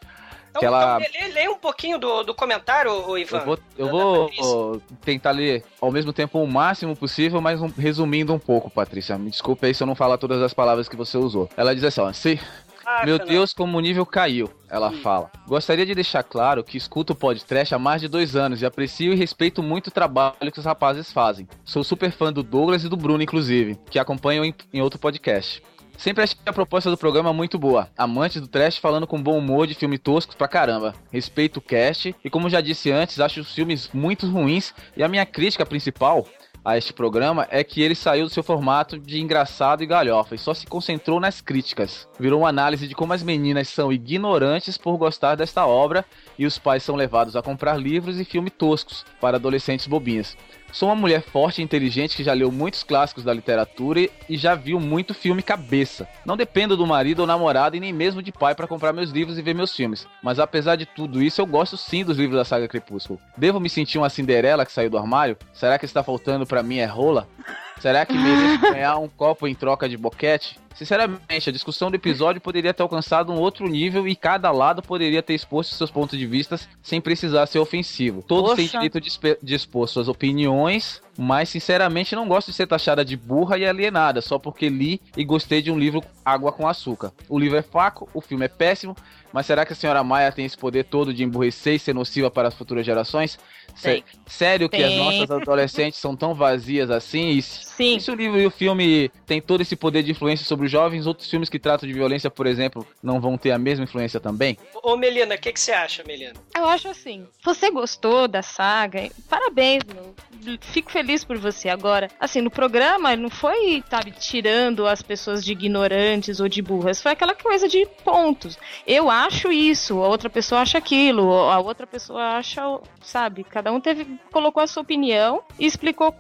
Então, lê um pouquinho do comentário, Ivan. Eu vou tentar ler ao mesmo tempo o máximo possível, mas resumindo um pouco, Patrícia. Me desculpe aí se eu não falar todas as palavras que você usou. Ela diz assim, ó, meu Deus, como o nível caiu, ela fala. Gostaria de deixar claro que escuto o podcast há mais de 2 anos e aprecio e respeito muito o trabalho que os rapazes fazem. Sou super fã do Douglas e do Bruno, inclusive, que acompanham em outro podcast. Sempre achei a proposta do programa muito boa. Amantes do trash falando com bom humor de filme tosco pra caramba. Respeito o cast e, como já disse antes, acho os filmes muito ruins e a minha crítica principal a este programa é que ele saiu do seu formato de engraçado e galhofa e só se concentrou nas críticas. Virou uma análise de como as meninas são ignorantes por gostar desta obra e os pais são levados a comprar livros e filmes toscos para adolescentes bobinhas. Sou uma mulher forte e inteligente que já leu muitos clássicos da literatura e já viu muito filme cabeça. Não dependo do marido ou namorado e nem mesmo de pai para comprar meus livros e ver meus filmes. Mas apesar de tudo isso, eu gosto sim dos livros da saga Crepúsculo. Devo me sentir uma Cinderela que saiu do armário? Será que está faltando pra mim é rola? Será que mereço ganhar um copo em troca de boquete? Sinceramente, a discussão do episódio poderia ter alcançado um outro nível e cada lado poderia ter exposto seus pontos de vista sem precisar ser ofensivo. Todos têm direito de expor suas opiniões, mas sinceramente não gosto de ser taxada de burra e alienada só porque li e gostei de um livro Água com Açúcar. O livro é fraco, o filme é péssimo, mas será que a senhora Maia tem esse poder todo de emburrecer e ser nociva para as futuras gerações? Sério que as nossas adolescentes são tão vazias assim? Sim. E se o livro e o filme tem todo esse poder de influência sobre os jovens, outros filmes que tratam de violência, por exemplo, não vão ter a mesma influência também? Ô Melina, o que você acha, Melina? Eu acho assim, você gostou da saga, parabéns, meu. Fico feliz por você. Agora, assim, no programa não foi, sabe, tirando as pessoas de ignorantes ou de burras, foi aquela coisa de pontos. Eu acho isso, a outra pessoa acha aquilo, a outra pessoa acha, sabe, cada um colocou a sua opinião e explicou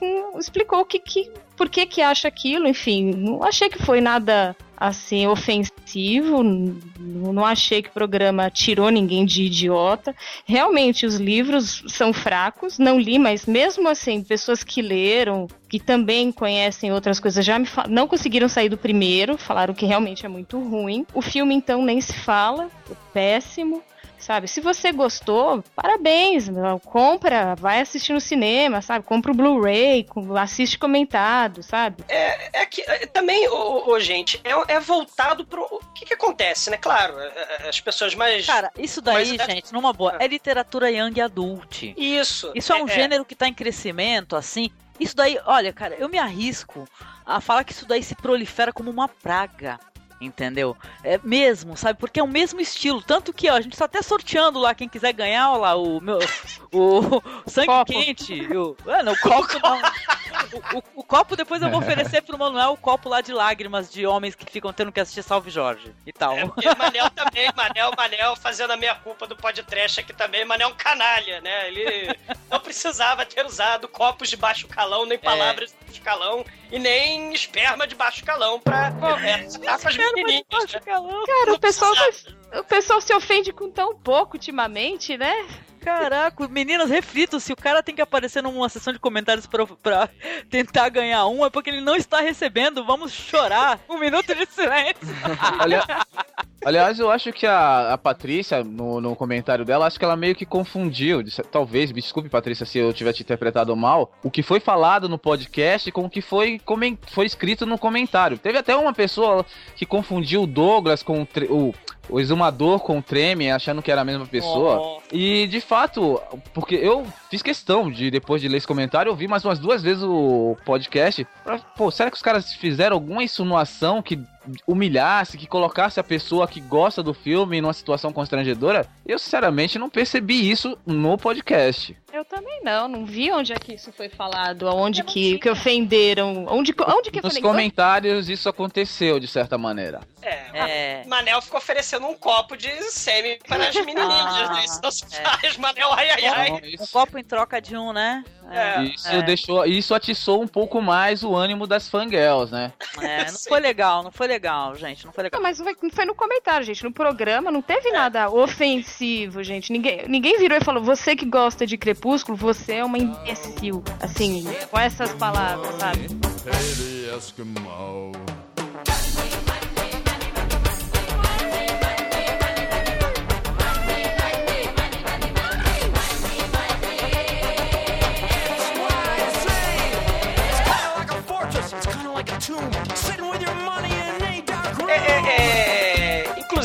por que acha aquilo, enfim, não achei que foi nada assim ofensivo, não achei que o programa tirou ninguém de idiota. Realmente os livros são fracos, não li, mas mesmo assim, pessoas que leram, que também conhecem outras coisas, já não conseguiram sair do primeiro, falaram que realmente é muito ruim. O filme então nem se fala, é péssimo. Sabe, se você gostou, parabéns, compra, vai assistir no cinema, sabe, compra o Blu-ray, assiste comentado, sabe? Também, gente, é voltado pro... O que acontece, né? Claro, as pessoas mais... Cara, isso daí, gente, numa boa, é literatura young adult. Isso. Isso é um gênero que tá em crescimento, assim. Isso daí, olha, cara, eu me arrisco a falar que isso daí se prolifera como uma praga. Entendeu? É mesmo, sabe? Porque é o mesmo estilo. Tanto que, ó, a gente tá até sorteando lá. Quem quiser ganhar, ó lá, o sangue copo quente. O copo não. O copo depois eu vou oferecer pro Manuel, o copo lá de lágrimas de homens que ficam tendo que assistir Salve Jorge e tal. E Manel também, Manel fazendo a minha culpa do podcast aqui também. Manel é um canalha, né? Ele não precisava ter usado copos de baixo calão, nem palavras de baixo calão e nem esperma de baixo calão pra as menininhas, né? Cara, o pessoal se ofende com tão pouco ultimamente, né? Caraca, meninas, reflitam, se o cara tem que aparecer numa sessão de comentários pra tentar ganhar um, é porque ele não está recebendo, vamos chorar. 1 minuto de silêncio. Aliás, eu acho que a Patrícia, no comentário dela, acho que ela meio que confundiu, talvez, me desculpe, Patrícia, se eu tiver te interpretado mal, o que foi falado no podcast com o que foi escrito no comentário. Teve até uma pessoa que confundiu o Douglas com o exumador com o Treme, achando que era a mesma pessoa. E, de fato, porque eu fiz questão de, depois de ler esse comentário, ouvir mais umas 2 vezes o podcast. Será que os caras fizeram alguma insinuação que humilhasse, que colocasse a pessoa que gosta do filme numa situação constrangedora? Eu, sinceramente, não percebi isso no podcast. Eu também não vi onde é que isso foi falado, aonde que ofenderam, onde que nos comentários isso aconteceu, de certa maneira. Manel ficou oferecendo um copo de sêmen para as menininhas, isso não se faz, Manel, ai. Um copo em troca de um, né? Isso atiçou um pouco mais o ânimo das fangirls, né? Não foi legal, gente, não foi legal. Não, mas não foi no comentário, gente, no programa não teve nada ofensivo, gente, ninguém virou e falou, você que gosta de Crepúsculo, você é uma imbecil, assim, com essas palavras, sabe? Hey, Eskimo.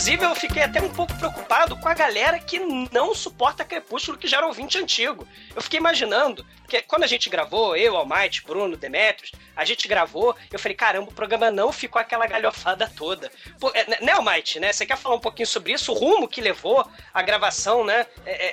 Inclusive, eu fiquei até um pouco preocupado com a galera que não suporta Crepúsculo, que já era ouvinte antigo. Eu fiquei imaginando, que quando a gente gravou, eu, Almighty, Bruno, Demetrius, a gente gravou, eu falei, caramba, o programa não ficou aquela galhofada toda. Pô, né, Almighty, né? Você quer falar um pouquinho sobre isso? O rumo que levou a gravação, né?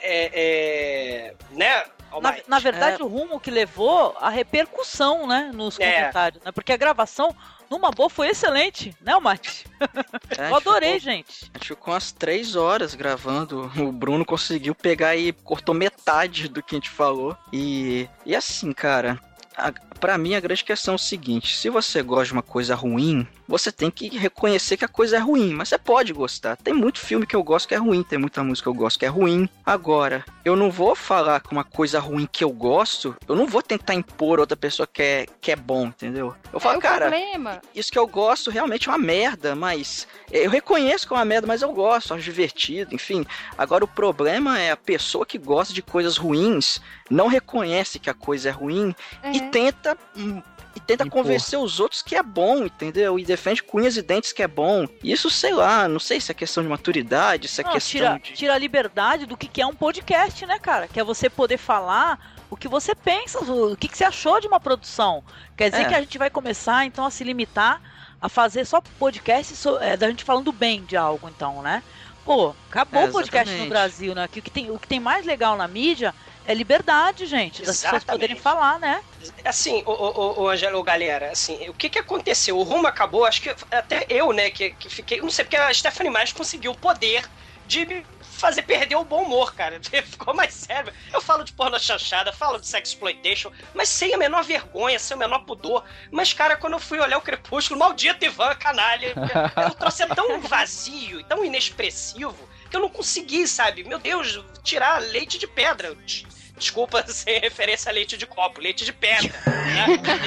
Né? Na verdade, o rumo que levou a repercussão, né, nos comentários, né? Porque a gravação, numa boa, foi excelente, né, Almighty? Eu adorei, gente. A gente ficou umas 3 horas gravando. O Bruno conseguiu pegar e cortou metade do que a gente falou. E assim, cara, pra mim a grande questão é o seguinte: se você gosta de uma coisa ruim, você tem que reconhecer que a coisa é ruim, mas você pode gostar. Tem muito filme que eu gosto que é ruim, tem muita música que eu gosto que é ruim. Agora, eu não vou falar com uma coisa ruim que eu gosto, eu não vou tentar impor outra pessoa que é bom, entendeu? Eu falo, cara, isso que eu gosto realmente é uma merda, mas eu reconheço que é uma merda, mas eu gosto, acho divertido, enfim. Agora, o problema é a pessoa que gosta de coisas ruins, não reconhece que a coisa é ruim e tenta convencer os outros que é bom, entendeu? E defende com unhas e dentes que é bom. Isso, sei lá, não sei se é questão de maturidade, se é questão de... Tira a liberdade do que é um podcast, né, cara? Que é você poder falar o que você pensa, o que você achou de uma produção. Quer dizer que a gente vai começar, então, a se limitar a fazer só podcast da gente falando bem de algo, então, né? Pô, acabou o podcast no Brasil, né? O que tem mais legal na mídia é liberdade, gente, das pessoas poderem falar, né? Assim, o Angelo, galera, assim, o que aconteceu? O rumo acabou, acho que até eu, né, que fiquei, não sei, porque a Stephanie Meyer conseguiu o poder de me fazer perder o bom humor, cara. Ficou mais sério. Eu falo de porno chanchada, falo de sexploitation, mas sem a menor vergonha, sem o menor pudor. Mas, cara, quando eu fui olhar o Crepúsculo, maldito Ivan, canalha, o troço é tão vazio, tão inexpressivo, que eu não consegui, sabe? Meu Deus, tirar leite de pedra. Desculpa sem referência a leite de copo, leite de pedra. Né?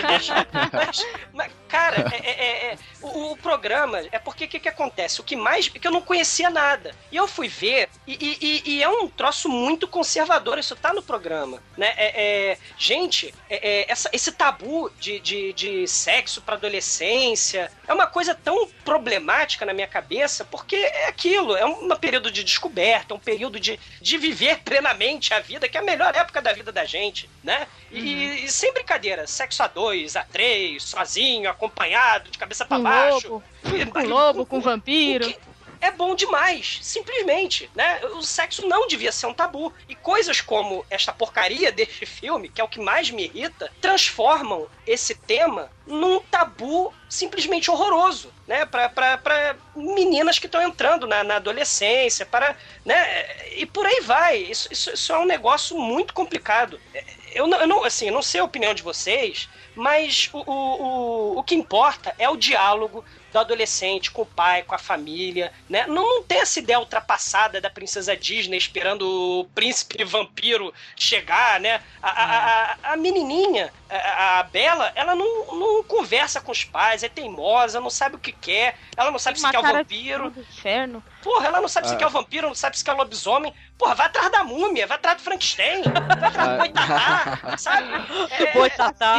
Mas, cara, o programa é porque o que acontece? O que mais é que eu não conhecia nada. E eu fui ver, e é um troço muito conservador, isso tá no programa. Né? Gente, esse tabu de sexo pra adolescência é uma coisa tão problemática na minha cabeça, porque é aquilo, é um período de descoberta, um período de viver plenamente a vida, que é a melhor época da vida da gente, né? E sem brincadeira, sexo a 2, a 3, sozinho, acompanhado, de cabeça pra baixo. Com lobo, com vampiro. É bom demais, simplesmente, né? O sexo não devia ser um tabu. E coisas como esta porcaria deste filme, que é o que mais me irrita, transformam esse tema num tabu simplesmente horroroso, né? Para meninas que estão entrando na adolescência, né? E por aí vai. Isso é um negócio muito complicado. Eu não sei a opinião de vocês, mas o que importa é o diálogo do adolescente com o pai, com a família, né? Não tem essa ideia ultrapassada da princesa Disney esperando o príncipe vampiro chegar, né? A menininha, a Bella, ela não conversa com os pais, é teimosa, não sabe o que quer, ela não sabe se quer o vampiro. Porra, ela não sabe se quer o vampiro, não sabe se quer o lobisomem. Porra, vai atrás da múmia, vai atrás do Frankenstein, vai atrás do Boitatá, sabe? Boitatá.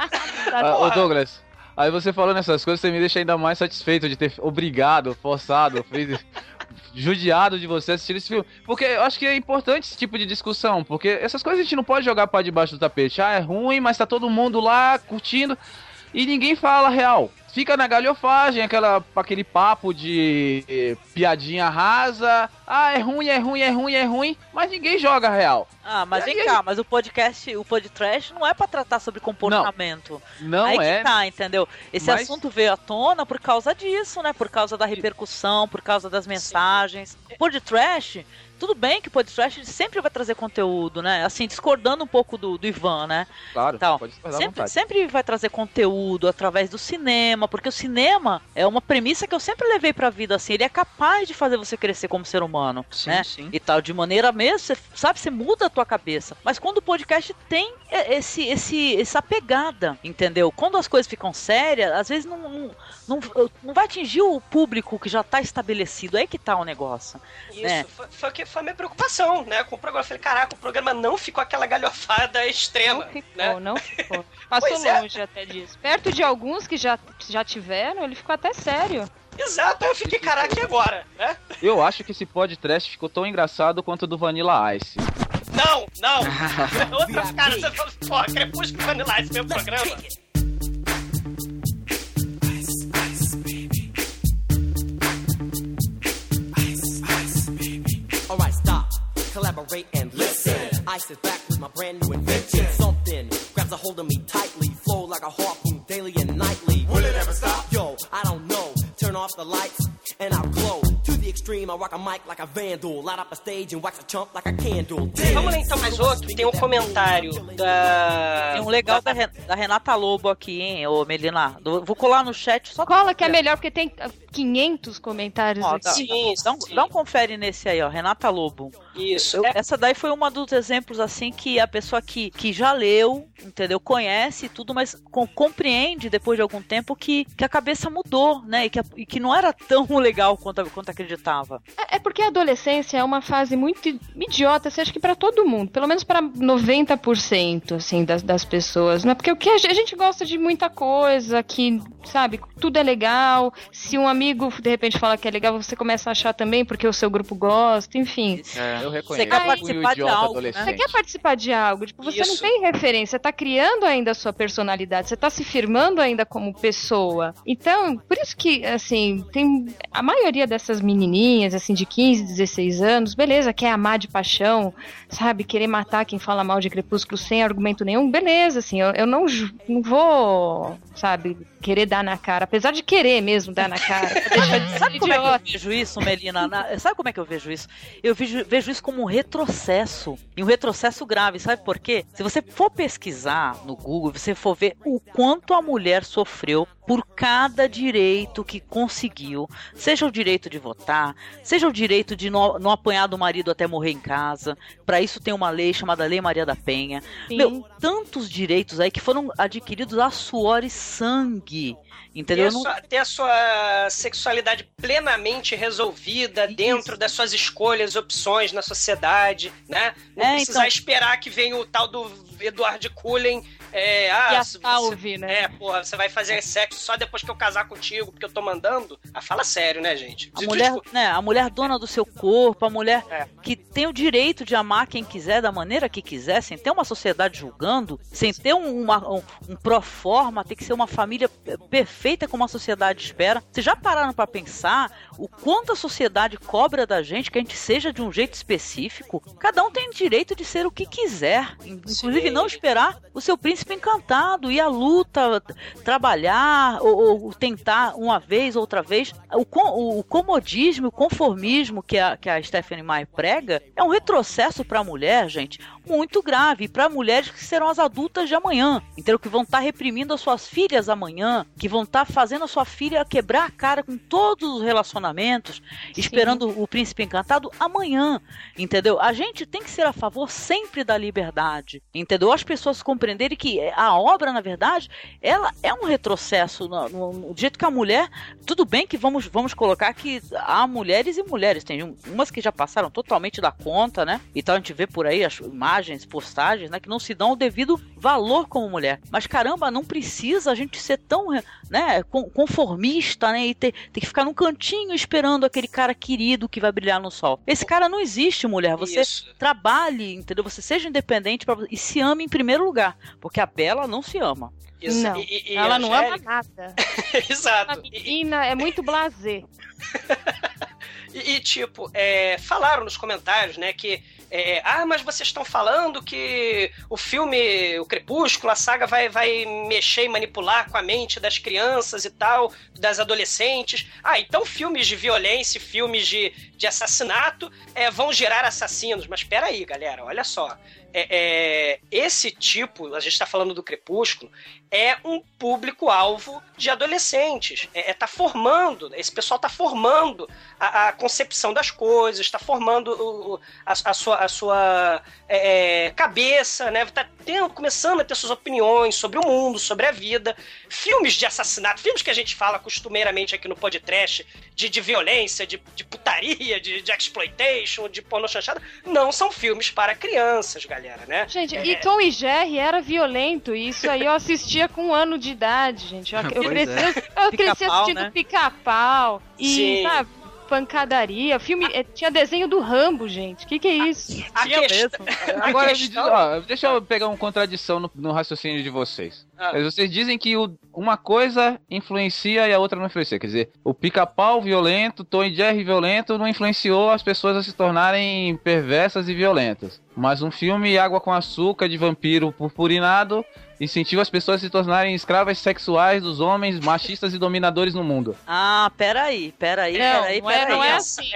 Ô Douglas, aí você falando essas coisas, você me deixa ainda mais satisfeito de ter obrigado, forçado, judiado de você assistir esse filme. Porque eu acho que é importante esse tipo de discussão, porque essas coisas a gente não pode jogar para debaixo do tapete. É ruim, mas tá todo mundo lá curtindo e ninguém fala a real. Fica na galhofagem, aquele papo de piadinha rasa. É ruim, mas ninguém joga a real. Mas vem cá, mas o podcast não é pra tratar sobre comportamento. Não aí é. Que tá, entendeu? Esse assunto veio à tona por causa disso, né? Por causa da repercussão, por causa das mensagens. O podcast, tudo bem que o podcast sempre vai trazer conteúdo, né? Assim, discordando um pouco do Ivan, né? Claro, então, pode discordar sempre vai trazer conteúdo através do cinema, porque o cinema é uma premissa que eu sempre levei pra vida, assim, ele é capaz de fazer você crescer como ser humano, né? Sim. E tal, de maneira mesmo, você muda a tua cabeça. Mas quando o podcast tem essa pegada, entendeu? Quando as coisas ficam sérias, às vezes não vai atingir o público que já tá estabelecido, aí que tá o negócio. Isso, né? Foi a minha preocupação, né? Com o programa. Eu falei, caraca, o programa não ficou aquela galhofada extrema. Não ficou. Passou longe até disso. Perto de alguns que já tiveram, ele ficou até sério. Exato, aí eu fiquei, caraca, e agora? Né? Eu acho que esse podcast ficou tão engraçado quanto o do Vanilla Ice. Não! Outra cara, você falou, porra, Crepúsculo e Vanilla Ice, meu programa. Alright, stop, collaborate and listen. Ice is back with my brand new invention. Something grabs a hold of me tightly, flow like a harpoon daily and nightly. Will it ever stop? Yo, I don't know. Turn off the lights and I'll glow. To the extreme, I rock a mic like a vandal. Light up a stage and wax a chump like a candle. Vamos lá então mais outro. Tem um comentário da... Tem um legal da Renata Lobo aqui, hein, ô Melina. Vou colar no chat só... Cola que é melhor, porque tem 500 comentários Ó, aqui. Sim. Dá um confere nesse aí, ó, Renata Lobo. Isso. Essa daí foi uma dos exemplos, assim, que a pessoa que já leu, entendeu, conhece tudo, mas compreende, depois de algum tempo, que a cabeça mudou, né, e que não era tão legal quanto acreditava. É porque a adolescência é uma fase muito idiota, você acha que pra todo mundo, pelo menos pra 90%, assim, das pessoas, né? Porque o que a gente gosta de muita coisa, que, sabe, tudo é legal, se um amigo de repente fala que é legal, você começa a achar também, porque o seu grupo gosta, enfim. Eu reconheço. Você quer participar de algo, né? Você quer participar de algo, tipo, você Isso. não tem referência, você tá criando ainda a sua personalidade, você tá se firmando ainda como pessoa. Então, por isso que, assim, tem a maioria dessas menininhas, assim, de 15, 16 anos, beleza, quer amar de paixão, sabe, querer matar quem fala mal de Crepúsculo sem argumento nenhum, beleza, assim, eu não vou, sabe, querer dar na cara, apesar de querer mesmo dar na cara, pra deixar de ser Sabe como é que eu idiota. vejo isso, Melina? Sabe como é que eu vejo isso? Eu vejo isso como um retrocesso. E um retrocesso grave. Sabe por quê? Se você for pesquisar no Google, você for ver o quanto a mulher sofreu por cada direito que conseguiu. Seja o direito de votar, seja o direito de não apanhar do marido até morrer em casa. Para isso tem uma lei chamada Lei Maria da Penha. Sim. Meu, tantos direitos aí que foram adquiridos a suor e sangue. Entendeu? Ter a sua sexualidade plenamente resolvida dentro das suas escolhas, opções na sociedade, né? Não precisar esperar que venha o tal do Edward Cullen. Porra, você vai fazer sexo só depois que eu casar contigo, porque eu tô mandando. Fala sério, né, gente? A mulher dona do seu corpo, a mulher que tem o direito de amar quem quiser, da maneira que quiser, sem ter uma sociedade julgando, sem ter um pró-forma, tem que ser uma família perfeita como a sociedade espera. Vocês já pararam pra pensar o quanto a sociedade cobra da gente que a gente seja de um jeito específico? Cada um tem direito de ser o que quiser, inclusive não esperar o seu príncipe encantado, ir à luta, trabalhar ou tentar uma vez, outra vez. O comodismo, o conformismo que a Stephenie Meyer prega é um retrocesso para a mulher, gente, muito grave, para mulheres que serão as adultas de amanhã, entendeu? Que vão estar reprimindo as suas filhas amanhã, que vão estar fazendo a sua filha quebrar a cara com todos os relacionamentos, esperando o príncipe encantado amanhã, entendeu? A gente tem que ser a favor sempre da liberdade, entendeu? As pessoas compreenderem que a obra, na verdade, ela é um retrocesso no jeito que a mulher, tudo bem que vamos colocar que há mulheres e mulheres, tem umas que já passaram totalmente da conta, né? Então a gente vê por aí as imagens, postagens, né, que não se dão o devido valor como mulher. Mas caramba, não precisa a gente ser tão, né, conformista, né, e ter que ficar num cantinho esperando aquele cara querido que vai brilhar no sol. Esse cara não existe, mulher. Você trabalhe, entendeu? Você seja independente e se ame em primeiro lugar, porque a Bela não se ama. Isso. Não, ela não ama nada. Exato. A menina é muito blasé. Tipo, falaram nos comentários, né, que mas vocês estão falando que o filme, o Crepúsculo, a saga vai mexer e manipular com a mente das crianças e tal, das adolescentes. Então filmes de violência, filmes de assassinato vão gerar assassinos. Mas peraí, galera, olha só. Esse tipo, a gente está falando do Crepúsculo, é um público-alvo de adolescentes. Esse pessoal está formando a concepção das coisas, está formando a sua cabeça, né? Tá começando a ter suas opiniões sobre o mundo, sobre a vida. Filmes de assassinato, filmes que a gente fala costumeiramente aqui no podcast, de violência, de putaria, de exploitation, de pornô chanchada, não são filmes para crianças, galera. galera, né? Gente, e Tom e Jerry era violento, e isso aí eu assistia com 1 ano de idade, gente. Eu cresci assistindo, né? Pica-Pau. E, Sim. sabe, pancadaria. Filme, tinha desenho do Rambo, gente. Que é isso? Tinha mesmo. Agora, deixa eu pegar uma contradição no raciocínio de vocês. Vocês dizem que uma coisa influencia e a outra não influencia. Quer dizer, o Pica-Pau violento, Tom e Jerry violento não influenciou as pessoas a se tornarem perversas e violentas. Mas um filme Água com Açúcar de vampiro purpurinado incentiva as pessoas a se tornarem escravas sexuais dos homens machistas e dominadores no mundo. Ah, peraí. Não é assim.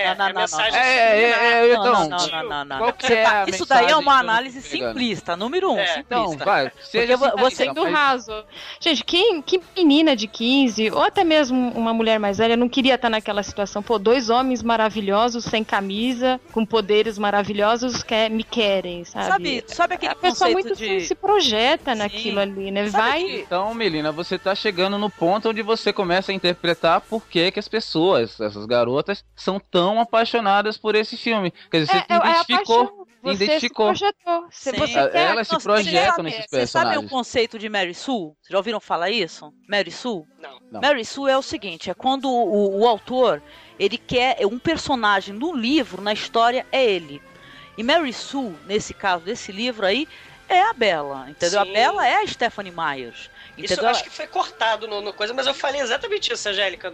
Não. Qual que é a Isso daí é uma mensagem análise que eu tô pegando? simplista, número 1. Então, vai, seja Você do raso. Gente, que menina de 15, ou até mesmo uma mulher mais velha, não queria estar naquela situação. Pô, 2 homens maravilhosos, sem camisa, com poderes maravilhosos, me querem, sabe? Sabe aquele a pessoa conceito muito de... se projeta naquilo ali, né? Então, Melina, você tá chegando no ponto onde você começa a interpretar por que as pessoas, essas garotas, são tão apaixonadas por esse filme. Quer dizer, você identificou. Você se projetou. Elas se projetam nesses personagens. Você sabe o conceito de Mary Sue? Vocês já ouviram falar isso? Mary Sue? Não. Mary Sue é o seguinte, é quando o autor, ele quer um personagem no livro, na história, é ele. E Mary Sue, nesse caso desse livro aí, é a Bella, entendeu? Sim. A Bella é a Stephanie Myers. Isso eu acho que foi cortado no coisa, mas eu falei exatamente isso, Angélica.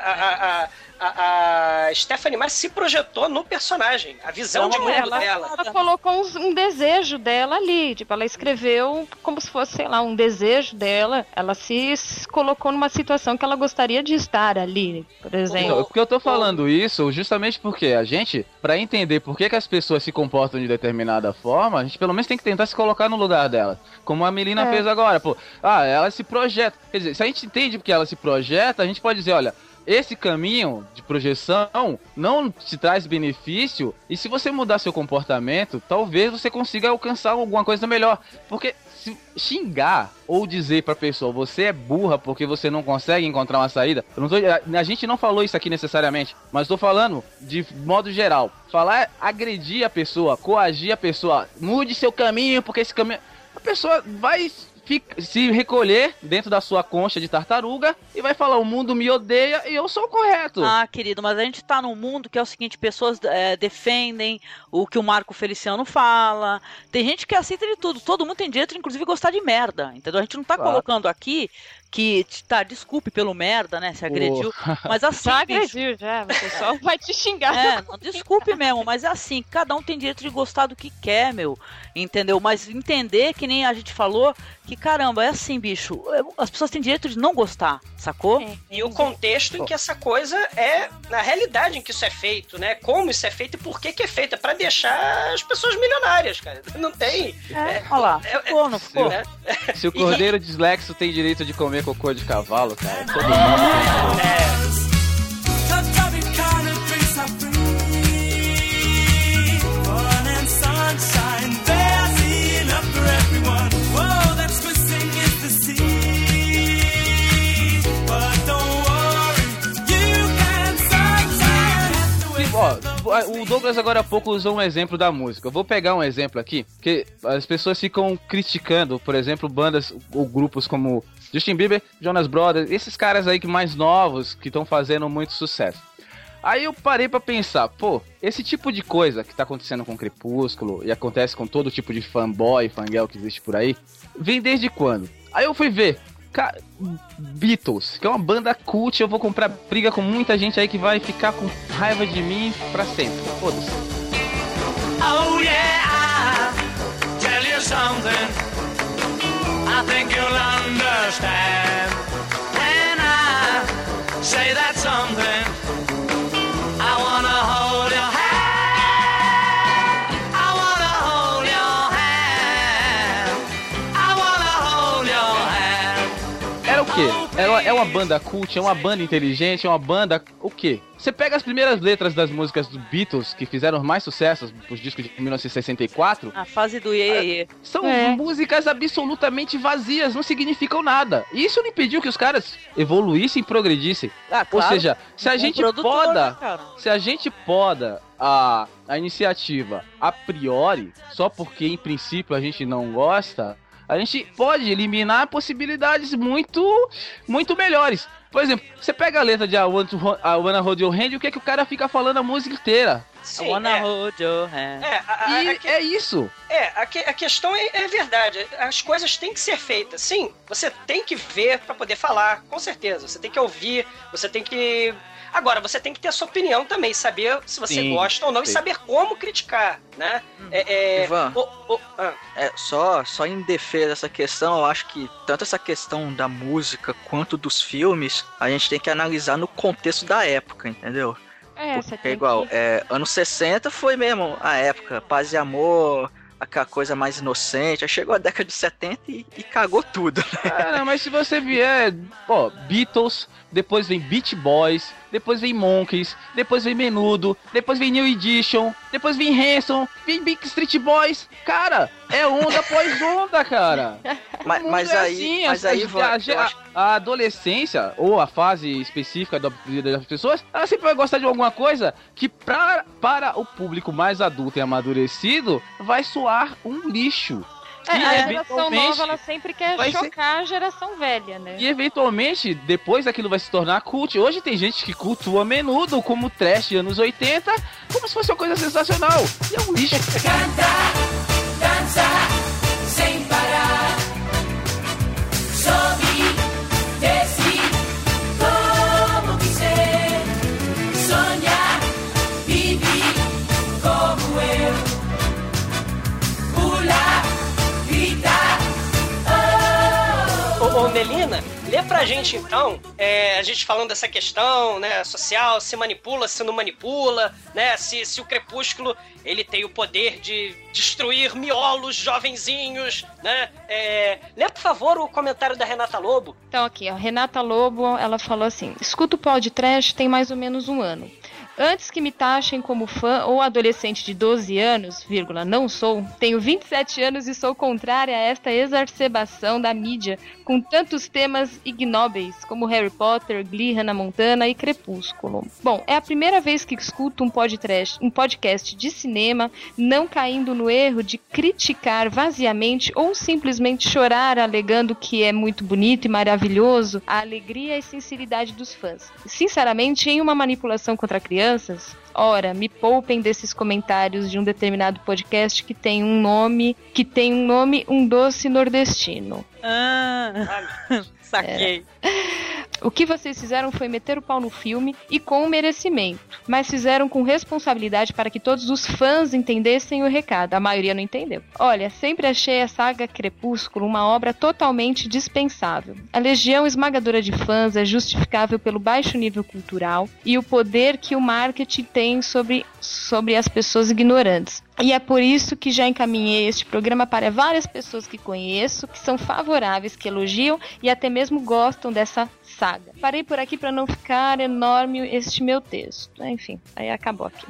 A Stephanie Myers se projetou no personagem, a visão de mundo dela. Ela colocou um desejo dela ali, tipo, ela escreveu como se fosse, sei lá, um desejo dela. Ela se colocou numa situação que ela gostaria de estar ali, por exemplo. Porque eu tô falando isso justamente porque a gente, pra entender por que as pessoas se comportam de determinada forma, a gente pelo menos tem que tentar se colocar no lugar dela. Como a Melina fez agora, pô. Ela se projeta. Quer dizer, se a gente entende porque ela se projeta, a gente pode dizer, olha, esse caminho de projeção não te traz benefício, e se você mudar seu comportamento, talvez você consiga alcançar alguma coisa melhor. Porque se xingar ou dizer pra pessoa, você é burra porque você não consegue encontrar uma saída, a gente não falou isso aqui necessariamente, mas tô falando de modo geral. Falar é agredir a pessoa, coagir a pessoa, mude seu caminho porque esse caminho... A pessoa vai se recolher dentro da sua concha de tartaruga e vai falar, o mundo me odeia e eu sou o correto. Ah, querido, mas a gente tá num mundo que é o seguinte, pessoas defendem o que o Marco Feliciano fala, tem gente que aceita de tudo, todo mundo tem direito, inclusive, gostar de merda, entendeu? A gente não tá colocando aqui que, desculpe pelo merda, né, se agrediu, mas assim... Já agrediu, já, o pessoal vai te xingar. Não, desculpe mesmo, mas é assim, cada um tem direito de gostar do que quer, meu, entendeu? Mas entender, que nem a gente falou, que caramba, é assim, bicho, as pessoas têm direito de não gostar, sacou? E o contexto em que essa coisa é, na realidade em que isso é feito, né, como isso é feito e por que é feito, é pra deixar as pessoas milionárias, cara, não tem... Olha lá, ficou, não ficou? Se o cordeiro dislexo tem direito de comer cocô de cavalo, cara, todo mundo tem. O Douglas agora há pouco usou um exemplo da música. Eu vou pegar um exemplo aqui, que as pessoas ficam criticando, por exemplo, bandas ou grupos como Justin Bieber, Jonas Brothers, esses caras aí que mais novos, que estão fazendo muito sucesso. Aí eu parei pra pensar, pô, esse tipo de coisa que tá acontecendo com Crepúsculo e acontece com todo tipo de fanboy, fangirl que existe por aí, vem desde quando? Aí eu fui ver, Beatles, que é uma banda cult, eu vou comprar briga com muita gente aí que vai ficar com raiva de mim pra sempre. Foda-se. Oh yeah, I'll tell you something I think you'll understand when I say that something. I wanna hold your hand, I wanna hold your hand, I wanna hold your hand. Era o quê? Ela é uma banda cult, é uma banda inteligente, é uma banda... O quê? Você pega as primeiras letras das músicas dos Beatles, que fizeram mais sucessos, os discos de 1964... A fase do iê. São músicas absolutamente vazias, não significam nada. E isso não impediu que os caras evoluíssem e progredissem. Ah, claro. Ou seja, se a gente poda... Né, se a gente poda a iniciativa a priori, só porque em princípio a gente não gosta... A gente pode eliminar possibilidades muito melhores. Por exemplo, você pega a letra de I Wanna Hold Your Hand, o que é que o cara fica falando a música inteira? Sim, I wanna hold your hand. É isso. A questão é verdade. As coisas têm que ser feitas. Sim, você tem que ver pra poder falar, com certeza. Você tem que ouvir, você tem que... Agora, você tem que ter a sua opinião também, saber se você gosta ou não e saber como criticar, né? Ivan, só em defesa dessa questão, eu acho que tanto essa questão da música quanto dos filmes, a gente tem que analisar no contexto da época, entendeu? Porque é igual, anos 60 foi mesmo a época, paz e amor... Aquela coisa mais inocente. Aí chegou a década de 70 e cagou tudo, né? Não, mas se você vier, Beatles, depois vem Beach Boys, depois vem Monkeys, depois vem Menudo, depois vem New Edition, depois vem Hanson, vem Backstreet Boys. Cara, é onda após onda, cara. Mas aí, a adolescência, ou a fase específica da vida das pessoas, ela sempre vai gostar de alguma coisa que para o público mais adulto e amadurecido, vai soar um lixo. A geração nova, ela sempre quer chocar a geração velha, né? E eventualmente, depois aquilo vai se tornar cult. Hoje tem gente que cultua Menudo como trash de anos 80, como se fosse uma coisa sensacional. E é um lixo. Cantar, dançar, sem parar. Sobe, desce, como quiser. Sonhar, vive como eu. Pular, gritar. Ô, Melina, lê pra gente então, a gente falando dessa questão, né, social, se manipula, se não manipula, né, se o Crepúsculo, ele tem o poder de destruir miolos jovenzinhos, né, lê por favor o comentário da Renata Lobo. Então aqui, a Renata Lobo, ela falou assim: escuto o podcast tem mais ou menos um ano. Antes que me taxem como fã ou adolescente de 12 anos, não sou, tenho 27 anos e sou contrária a esta exacerbação da mídia com tantos temas ignóbeis como Harry Potter, Glee, Hannah Montana e Crepúsculo. Bom, é a primeira vez que escuto um podcast de cinema não caindo no erro de criticar vaziamente ou simplesmente chorar alegando que é muito bonito e maravilhoso a alegria e sinceridade dos fãs. Sinceramente, em uma manipulação contra crianças, ora, me poupem desses comentários de um determinado podcast que tem um nome, um doce nordestino. Saquei. O que vocês fizeram foi meter o pau no filme e com merecimento, mas fizeram com responsabilidade para que todos os fãs entendessem o recado. A maioria não entendeu. Olha, sempre achei a saga Crepúsculo uma obra totalmente dispensável. A legião esmagadora de fãs é justificável pelo baixo nível cultural e o poder que o marketing tem sobre as pessoas ignorantes. E é por isso que já encaminhei este programa para várias pessoas que conheço, que são favoráveis, que elogiam e até mesmo gostam dessa saga. Parei por aqui para não ficar enorme este meu texto. Enfim, aí acabou aqui.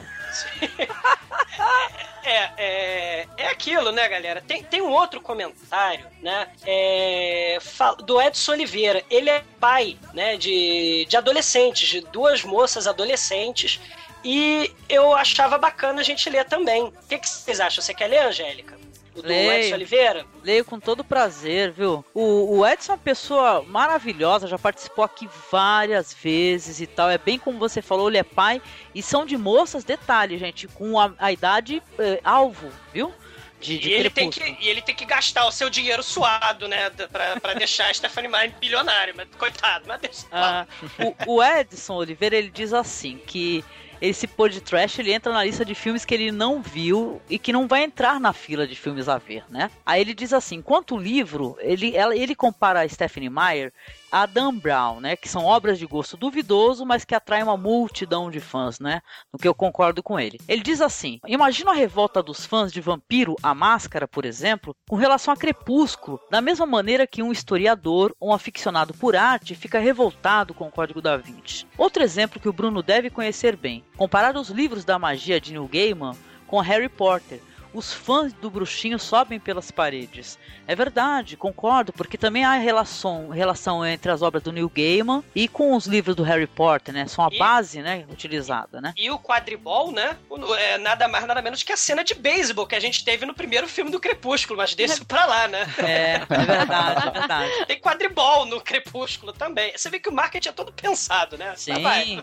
É aquilo, né, galera? Tem um outro comentário, né? Do Edson Oliveira. Ele é pai, né, de adolescentes, de duas moças adolescentes. E eu achava bacana a gente ler também. O que vocês acham? Você quer ler, Angélica? O do Edson Oliveira? Leio com todo prazer, viu? O Edson é uma pessoa maravilhosa, já participou aqui várias vezes e tal. É bem como você falou, ele é pai. E são de moças, detalhe, gente, com a idade alvo, viu? E ele tem que gastar o seu dinheiro suado, né? Pra deixar a Stephanie Meyer bilionária. Mas, coitado, mas deixa. O Edson Oliveira, ele diz assim, que esse podcast ele entra na lista de filmes que ele não viu e que não vai entrar na fila de filmes a ver, né? Aí ele diz assim, quanto o livro, ele compara a Stephenie Meyer a Dan Brown, né? Que são obras de gosto duvidoso, mas que atraem uma multidão de fãs, né? No que eu concordo com ele. Ele diz assim, imagina a revolta dos fãs de Vampiro, a Máscara, por exemplo, com relação a Crepúsculo, da mesma maneira que um historiador ou um aficionado por arte fica revoltado com o Código da Vinci. Outro exemplo que o Bruno deve conhecer bem, comparar os livros da magia de Neil Gaiman com Harry Potter. Os fãs do bruxinho sobem pelas paredes. É verdade, concordo, porque também há relação entre as obras do Neil Gaiman e com os livros do Harry Potter, né? São a base, né, utilizada, né? E o quadribol, né? É nada mais, nada menos que a cena de beisebol que a gente teve no primeiro filme do Crepúsculo, mas deixa pra lá, né? É verdade, é verdade. Tem quadribol no Crepúsculo também. Você vê que o marketing é todo pensado, né? Sim.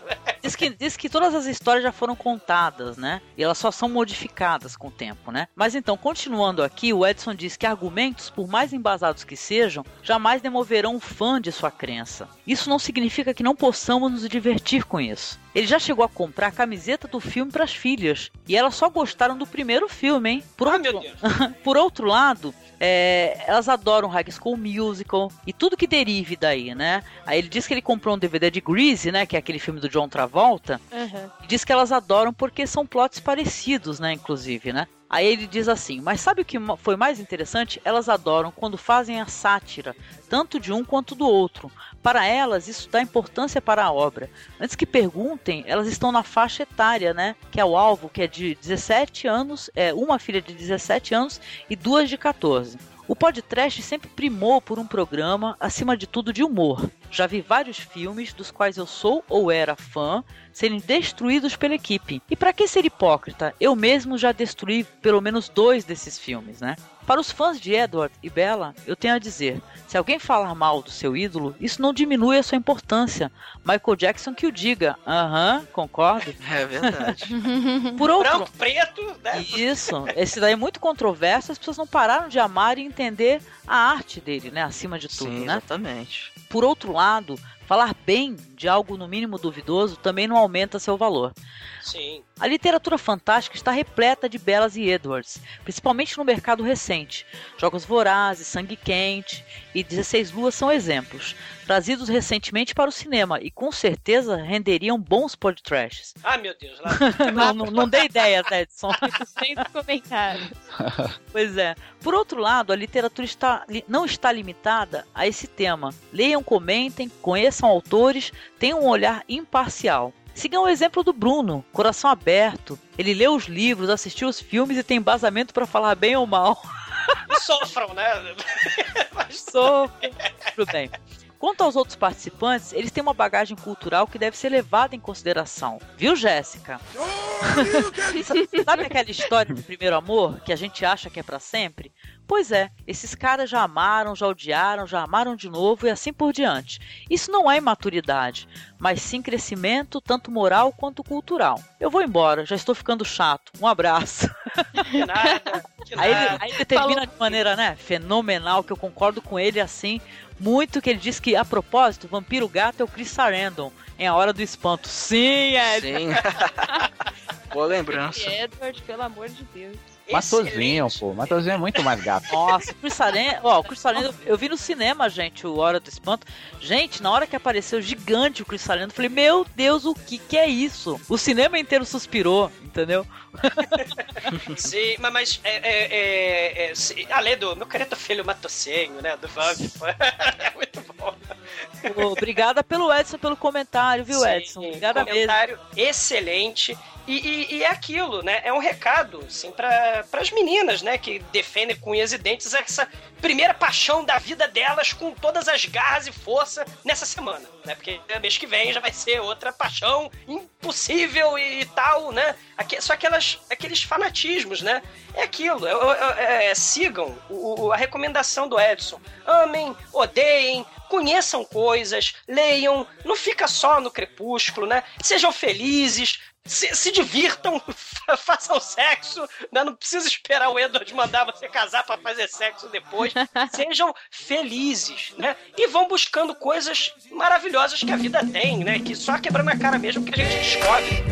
Diz que todas as histórias já foram contadas, né? E elas só são modificadas com o tempo, né? Mas então, continuando aqui, o Edson diz que argumentos, por mais embasados que sejam, jamais demoverão um fã de sua crença. Isso não significa que não possamos nos divertir com isso. Ele já chegou a comprar a camiseta do filme para as filhas. E elas só gostaram do primeiro filme, hein? Meu Deus. Por outro lado, elas adoram High School Musical e tudo que derive daí, né? Aí ele diz que ele comprou um DVD de Grease, né? Que é aquele filme do John Travolta. Uhum. E diz que elas adoram porque são plots parecidos, né? Inclusive, né? Aí ele diz assim, mas sabe o que foi mais interessante? Elas adoram quando fazem a sátira, tanto de um quanto do outro. Para elas, isso dá importância para a obra. Antes que perguntem, elas estão na faixa etária, né? Que é o alvo, que é de 17 anos, uma filha de 17 anos e 2 de 14. O podcast sempre primou por um programa, acima de tudo, de humor. Já vi vários filmes dos quais eu sou ou era fã serem destruídos pela equipe. E para que ser hipócrita? Eu mesmo já destruí pelo menos 2 desses filmes, né? Para os fãs de Edward e Bella, eu tenho a dizer, se alguém falar mal do seu ídolo, isso não diminui a sua importância. Michael Jackson que o diga. Concordo. É verdade. Por outro... Branco, preto, né? Isso, esse daí é muito controverso, as pessoas não pararam de amar e entender a arte dele, né, acima de tudo, Sim, né? Exatamente. Por outro lado, falar bem de algo no mínimo duvidoso também não aumenta seu valor. Sim. A literatura fantástica está repleta de Bellas e Edwards, principalmente no mercado recente. Jogos Vorazes, Sangue Quente e 16 Luas são exemplos, trazidos recentemente para o cinema e com certeza renderiam bons podcasts. Meu Deus. Lá. Não dei ideia, Edson. Sem comentários. Pois é. Por outro lado, a literatura não está limitada a esse tema. Leiam, comentem, conheçam autores, tenham um olhar imparcial. Sigam o exemplo do Bruno, coração aberto. Ele lê os livros, assistiu os filmes e tem embasamento para falar bem ou mal. E sofram, né? Sofram. Tudo bem. Quanto aos outros participantes, eles têm uma bagagem cultural que deve ser levada em consideração. Viu, Jéssica? Sabe aquela história de primeiro amor que a gente acha que é pra sempre? Pois é, esses caras já amaram, já odiaram, já amaram de novo e assim por diante. Isso não é imaturidade, mas sim crescimento, tanto moral quanto cultural. Eu vou embora, já estou ficando chato. Um abraço. Que nada. Aí ele termina de maneira, né, fenomenal, que eu concordo com ele assim, muito, que ele diz que, a propósito, Vampiro Gato é o Chris Sarandon em A Hora do Espanto. Sim, Sim. Boa lembrança. E Edward, pelo amor de Deus. Matosinho, pô. Matosinho é muito mais gato. Nossa, o Chris Sarandon, eu vi no cinema, gente, o Hora do Espanto. Gente, na hora que apareceu gigante o Chris Sarandon, eu falei, meu Deus, o que é isso? O cinema inteiro suspirou, entendeu? Sim, mas além do meu querido filho Matosinho, né, do Vamp, é muito bom. Obrigada pelo Edson, pelo comentário, viu, Sim, Edson? Obrigada comentário mesmo. Excelente. E é aquilo, né? É um recado, assim, para as meninas, né? Que defendem com unhas e dentes essa primeira paixão da vida delas com todas as garras e força nessa semana, né? Porque mês que vem já vai ser outra paixão impossível e tal, né? Só aqueles fanatismos, né? É aquilo. Sigam a recomendação do Edson. Amem, odeiem, conheçam coisas, leiam, não fica só no Crepúsculo, né? Sejam felizes, Se divirtam, façam sexo, né? Não precisa esperar o Edward mandar você casar pra fazer sexo depois. Sejam felizes, né? E vão buscando coisas maravilhosas que a vida tem, né? Que só quebrando a cara mesmo que a gente descobre.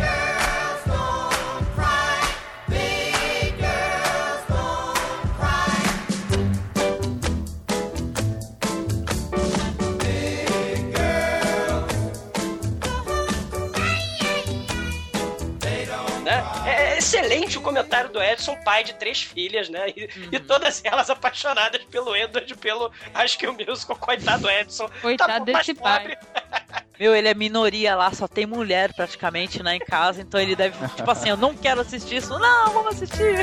É excelente o comentário do Edson, pai de 3 filhas, né? E todas elas apaixonadas pelo Edward, pelo High School Musical. Coitado Edson. Coitado desse pai. Meu, ele é minoria lá, só tem mulher praticamente, né, em casa, então ele deve, tipo assim, eu não quero assistir isso. Não, vamos assistir.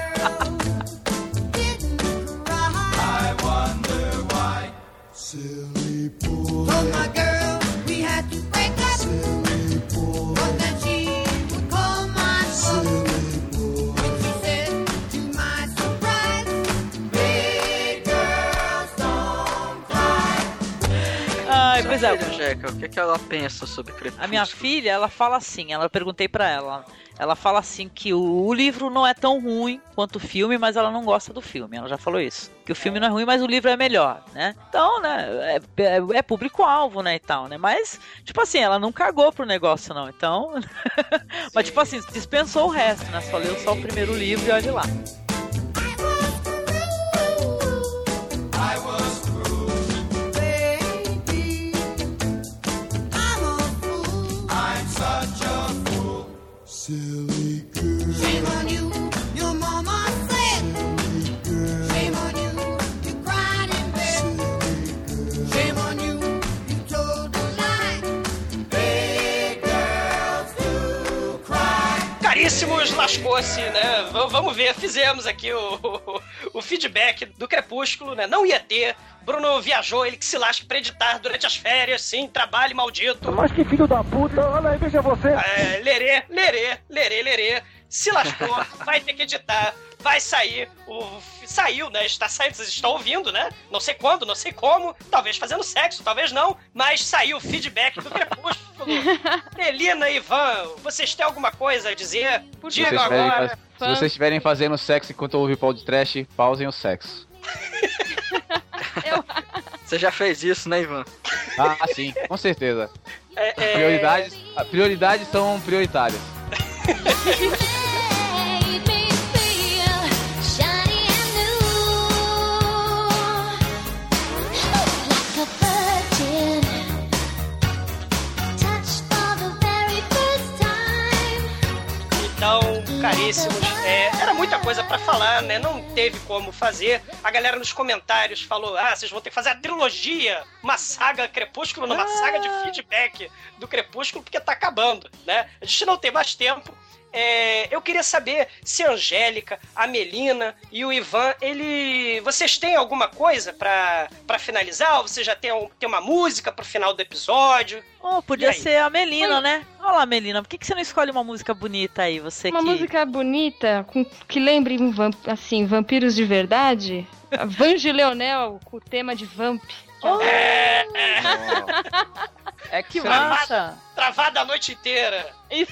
I wonder why. Silly boy. Oh my girl, we had to break up. Silly boy. But then she would call my phone. Silly boy. And she said, to my surprise, big girls don't cry. Ai, pois é. Jeca, o que ela pensa sobre Crepúsculo? A minha filha, ela fala assim, eu perguntei pra ela, ela fala assim que o livro não é tão ruim quanto o filme, mas ela não gosta do filme, ela já falou isso. Que o filme não é ruim, mas o livro é melhor, né? Então, né, é público-alvo, né, e tal, né? Mas, tipo assim, ela não cagou pro negócio, não, então... Mas, tipo assim, dispensou o resto, né? Só leu só o primeiro livro e olha lá. Silly girl. Shame on you, your mama said. Silly girl. Shame on you, you cried in bed. Silly girl. Shame on you, you told a lie. Big girls do cry. Caríssimos, lascou-se, né? Vamos ver, fizemos aqui o feedback do Crepúsculo, né? Não ia ter. Bruno viajou, ele que se lasque pra editar durante as férias, sim, trabalho maldito. Mas que filho da puta, olha aí, veja você. Lerê. Se lascou, vai ter que editar, vai sair. Saiu, né? Está saindo, vocês estão ouvindo, né? Não sei quando, não sei como, talvez fazendo sexo, talvez não, mas saiu o feedback do Crepúsculo. Melina e Ivan, vocês têm alguma coisa a dizer? Diga agora. Se vocês estiverem fazendo sexo enquanto ouvem o pau de trash, pausem o sexo. Você já fez isso, né, Ivan? Ah, sim, com certeza. Prioridades são prioritárias. Então, caríssimos, era muita coisa pra falar, né? Não teve como fazer. A galera nos comentários falou, vocês vão ter que fazer a trilogia, uma saga Crepúsculo, uma saga de feedback do Crepúsculo, porque tá acabando, né? A gente não tem mais tempo. Eu queria saber se a Angélica, a Melina e o Ivan, vocês têm alguma coisa pra finalizar? Ou você já tem uma música pro final do episódio? Podia ser a Melina, né? Olha lá, Melina, por que você não escolhe uma música bonita aí? Uma música bonita, que lembre, assim, vampiros de verdade? A Vange Leonel, com o tema de Vamp. É que massa! Travada a noite inteira. Isso.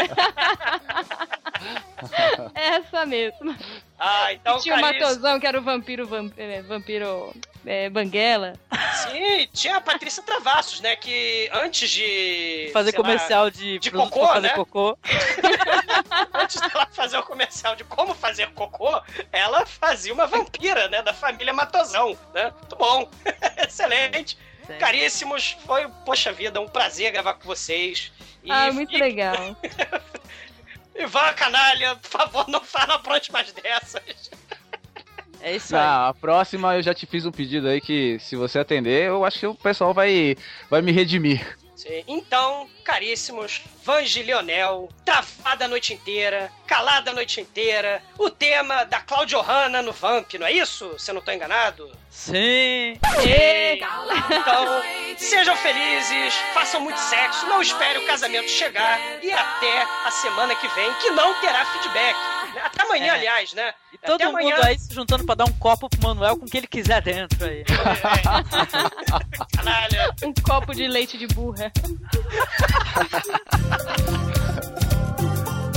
Essa mesmo. Então, tinha o Matosão, que era o vampiro Banguela. Sim, tinha a Patrícia Travassos, né? Que antes de... fazer comercial de cocô, fazer né? Cocô. Antes dela fazer o comercial de como fazer cocô, ela fazia uma vampira, né? Da família Matosão, né? Muito bom. Excelente. Sim. Caríssimos, foi, poxa vida, um prazer gravar com vocês. Muito legal. Ivan, canalha, por favor, não fala próximas dessas. É isso aí. A próxima eu já te fiz um pedido aí que, se você atender, eu acho que o pessoal vai me redimir. Sim. Então, caríssimos, Vange Leonel, travada a noite inteira, calada a noite inteira, o tema da Claudio Hanna no Vamp, não é isso? Se eu não tô enganado? Sim! Então, sejam felizes, façam muito sexo, não espere o casamento chegar e até a semana que vem, que não terá feedback. Até amanhã, aliás, né? E todo mundo aí se juntando pra dar um copo pro Manuel com o que ele quiser dentro aí. Canalha. Um copo de leite de burra.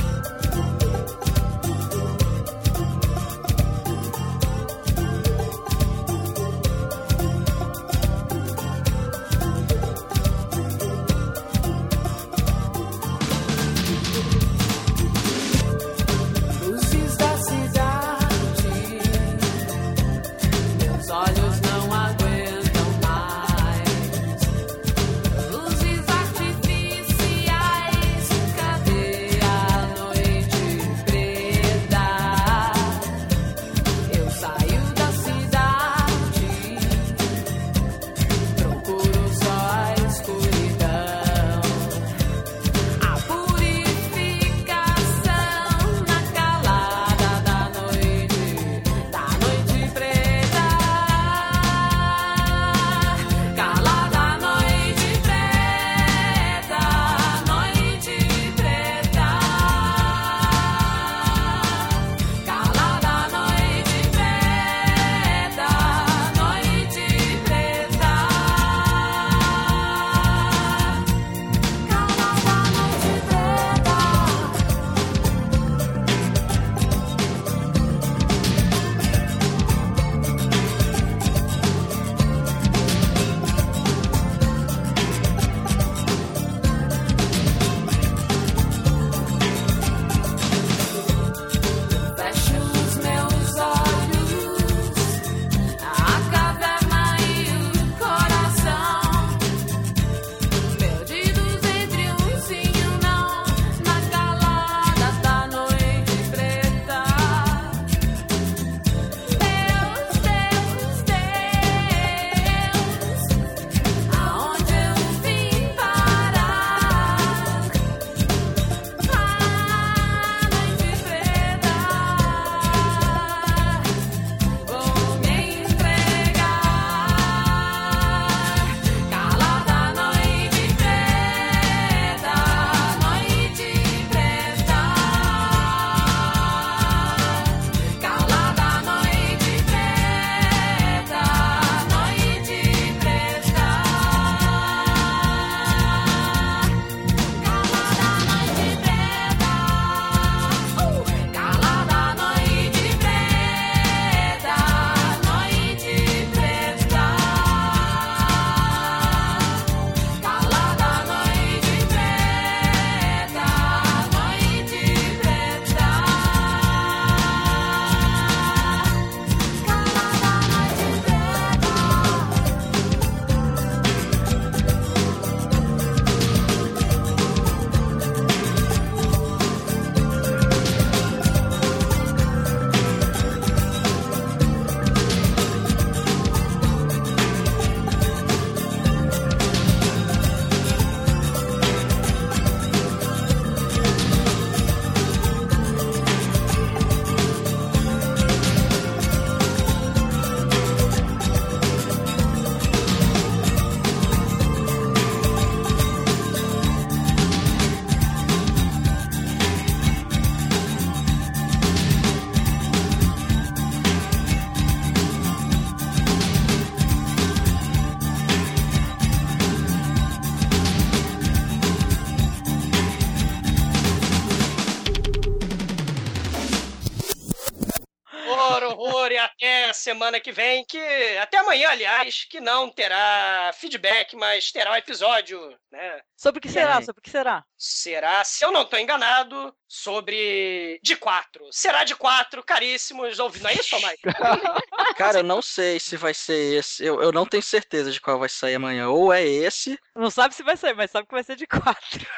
semana que vem, até amanhã, aliás, que não terá feedback, mas terá um episódio, né? Sobre o que será? Sobre o que será? Será, se eu não estou enganado, sobre de 4. Será de 4, caríssimos ouvintes. Não é isso, Mike? Cara, eu não sei se vai ser esse. Eu não tenho certeza de qual vai sair amanhã. Ou é esse. Não sabe se vai sair, mas sabe que vai ser de 4.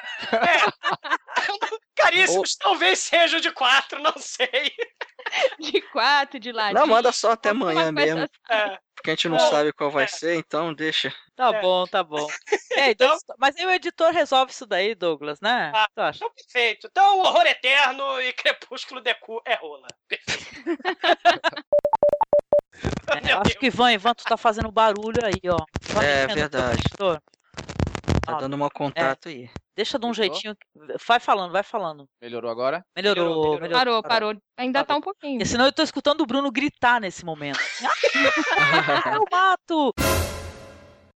Caríssimos, talvez seja de 4, não sei. De 4, de ladinho. Não, manda só até amanhã Alguma coisa mesmo. É. Porque a gente não sabe qual vai ser, então deixa. Tá bom, tá bom. Então, mas aí o editor resolve isso daí, Douglas, né? Ah, Tu acha? então, perfeito. Então, Horror Eterno e Crepúsculo Deku é rola. Perfeito. Eu acho que Ivan, tu tá fazendo barulho aí, ó. Tá É mexendo, verdade. editor. Tá dando mau contato aí. Deixa de um Melhorou? jeitinho. Vai falando. Melhorou agora? Melhorou. Parou. Ainda tá um pouquinho. Porque senão eu tô escutando o Bruno gritar nesse momento. Eu mato!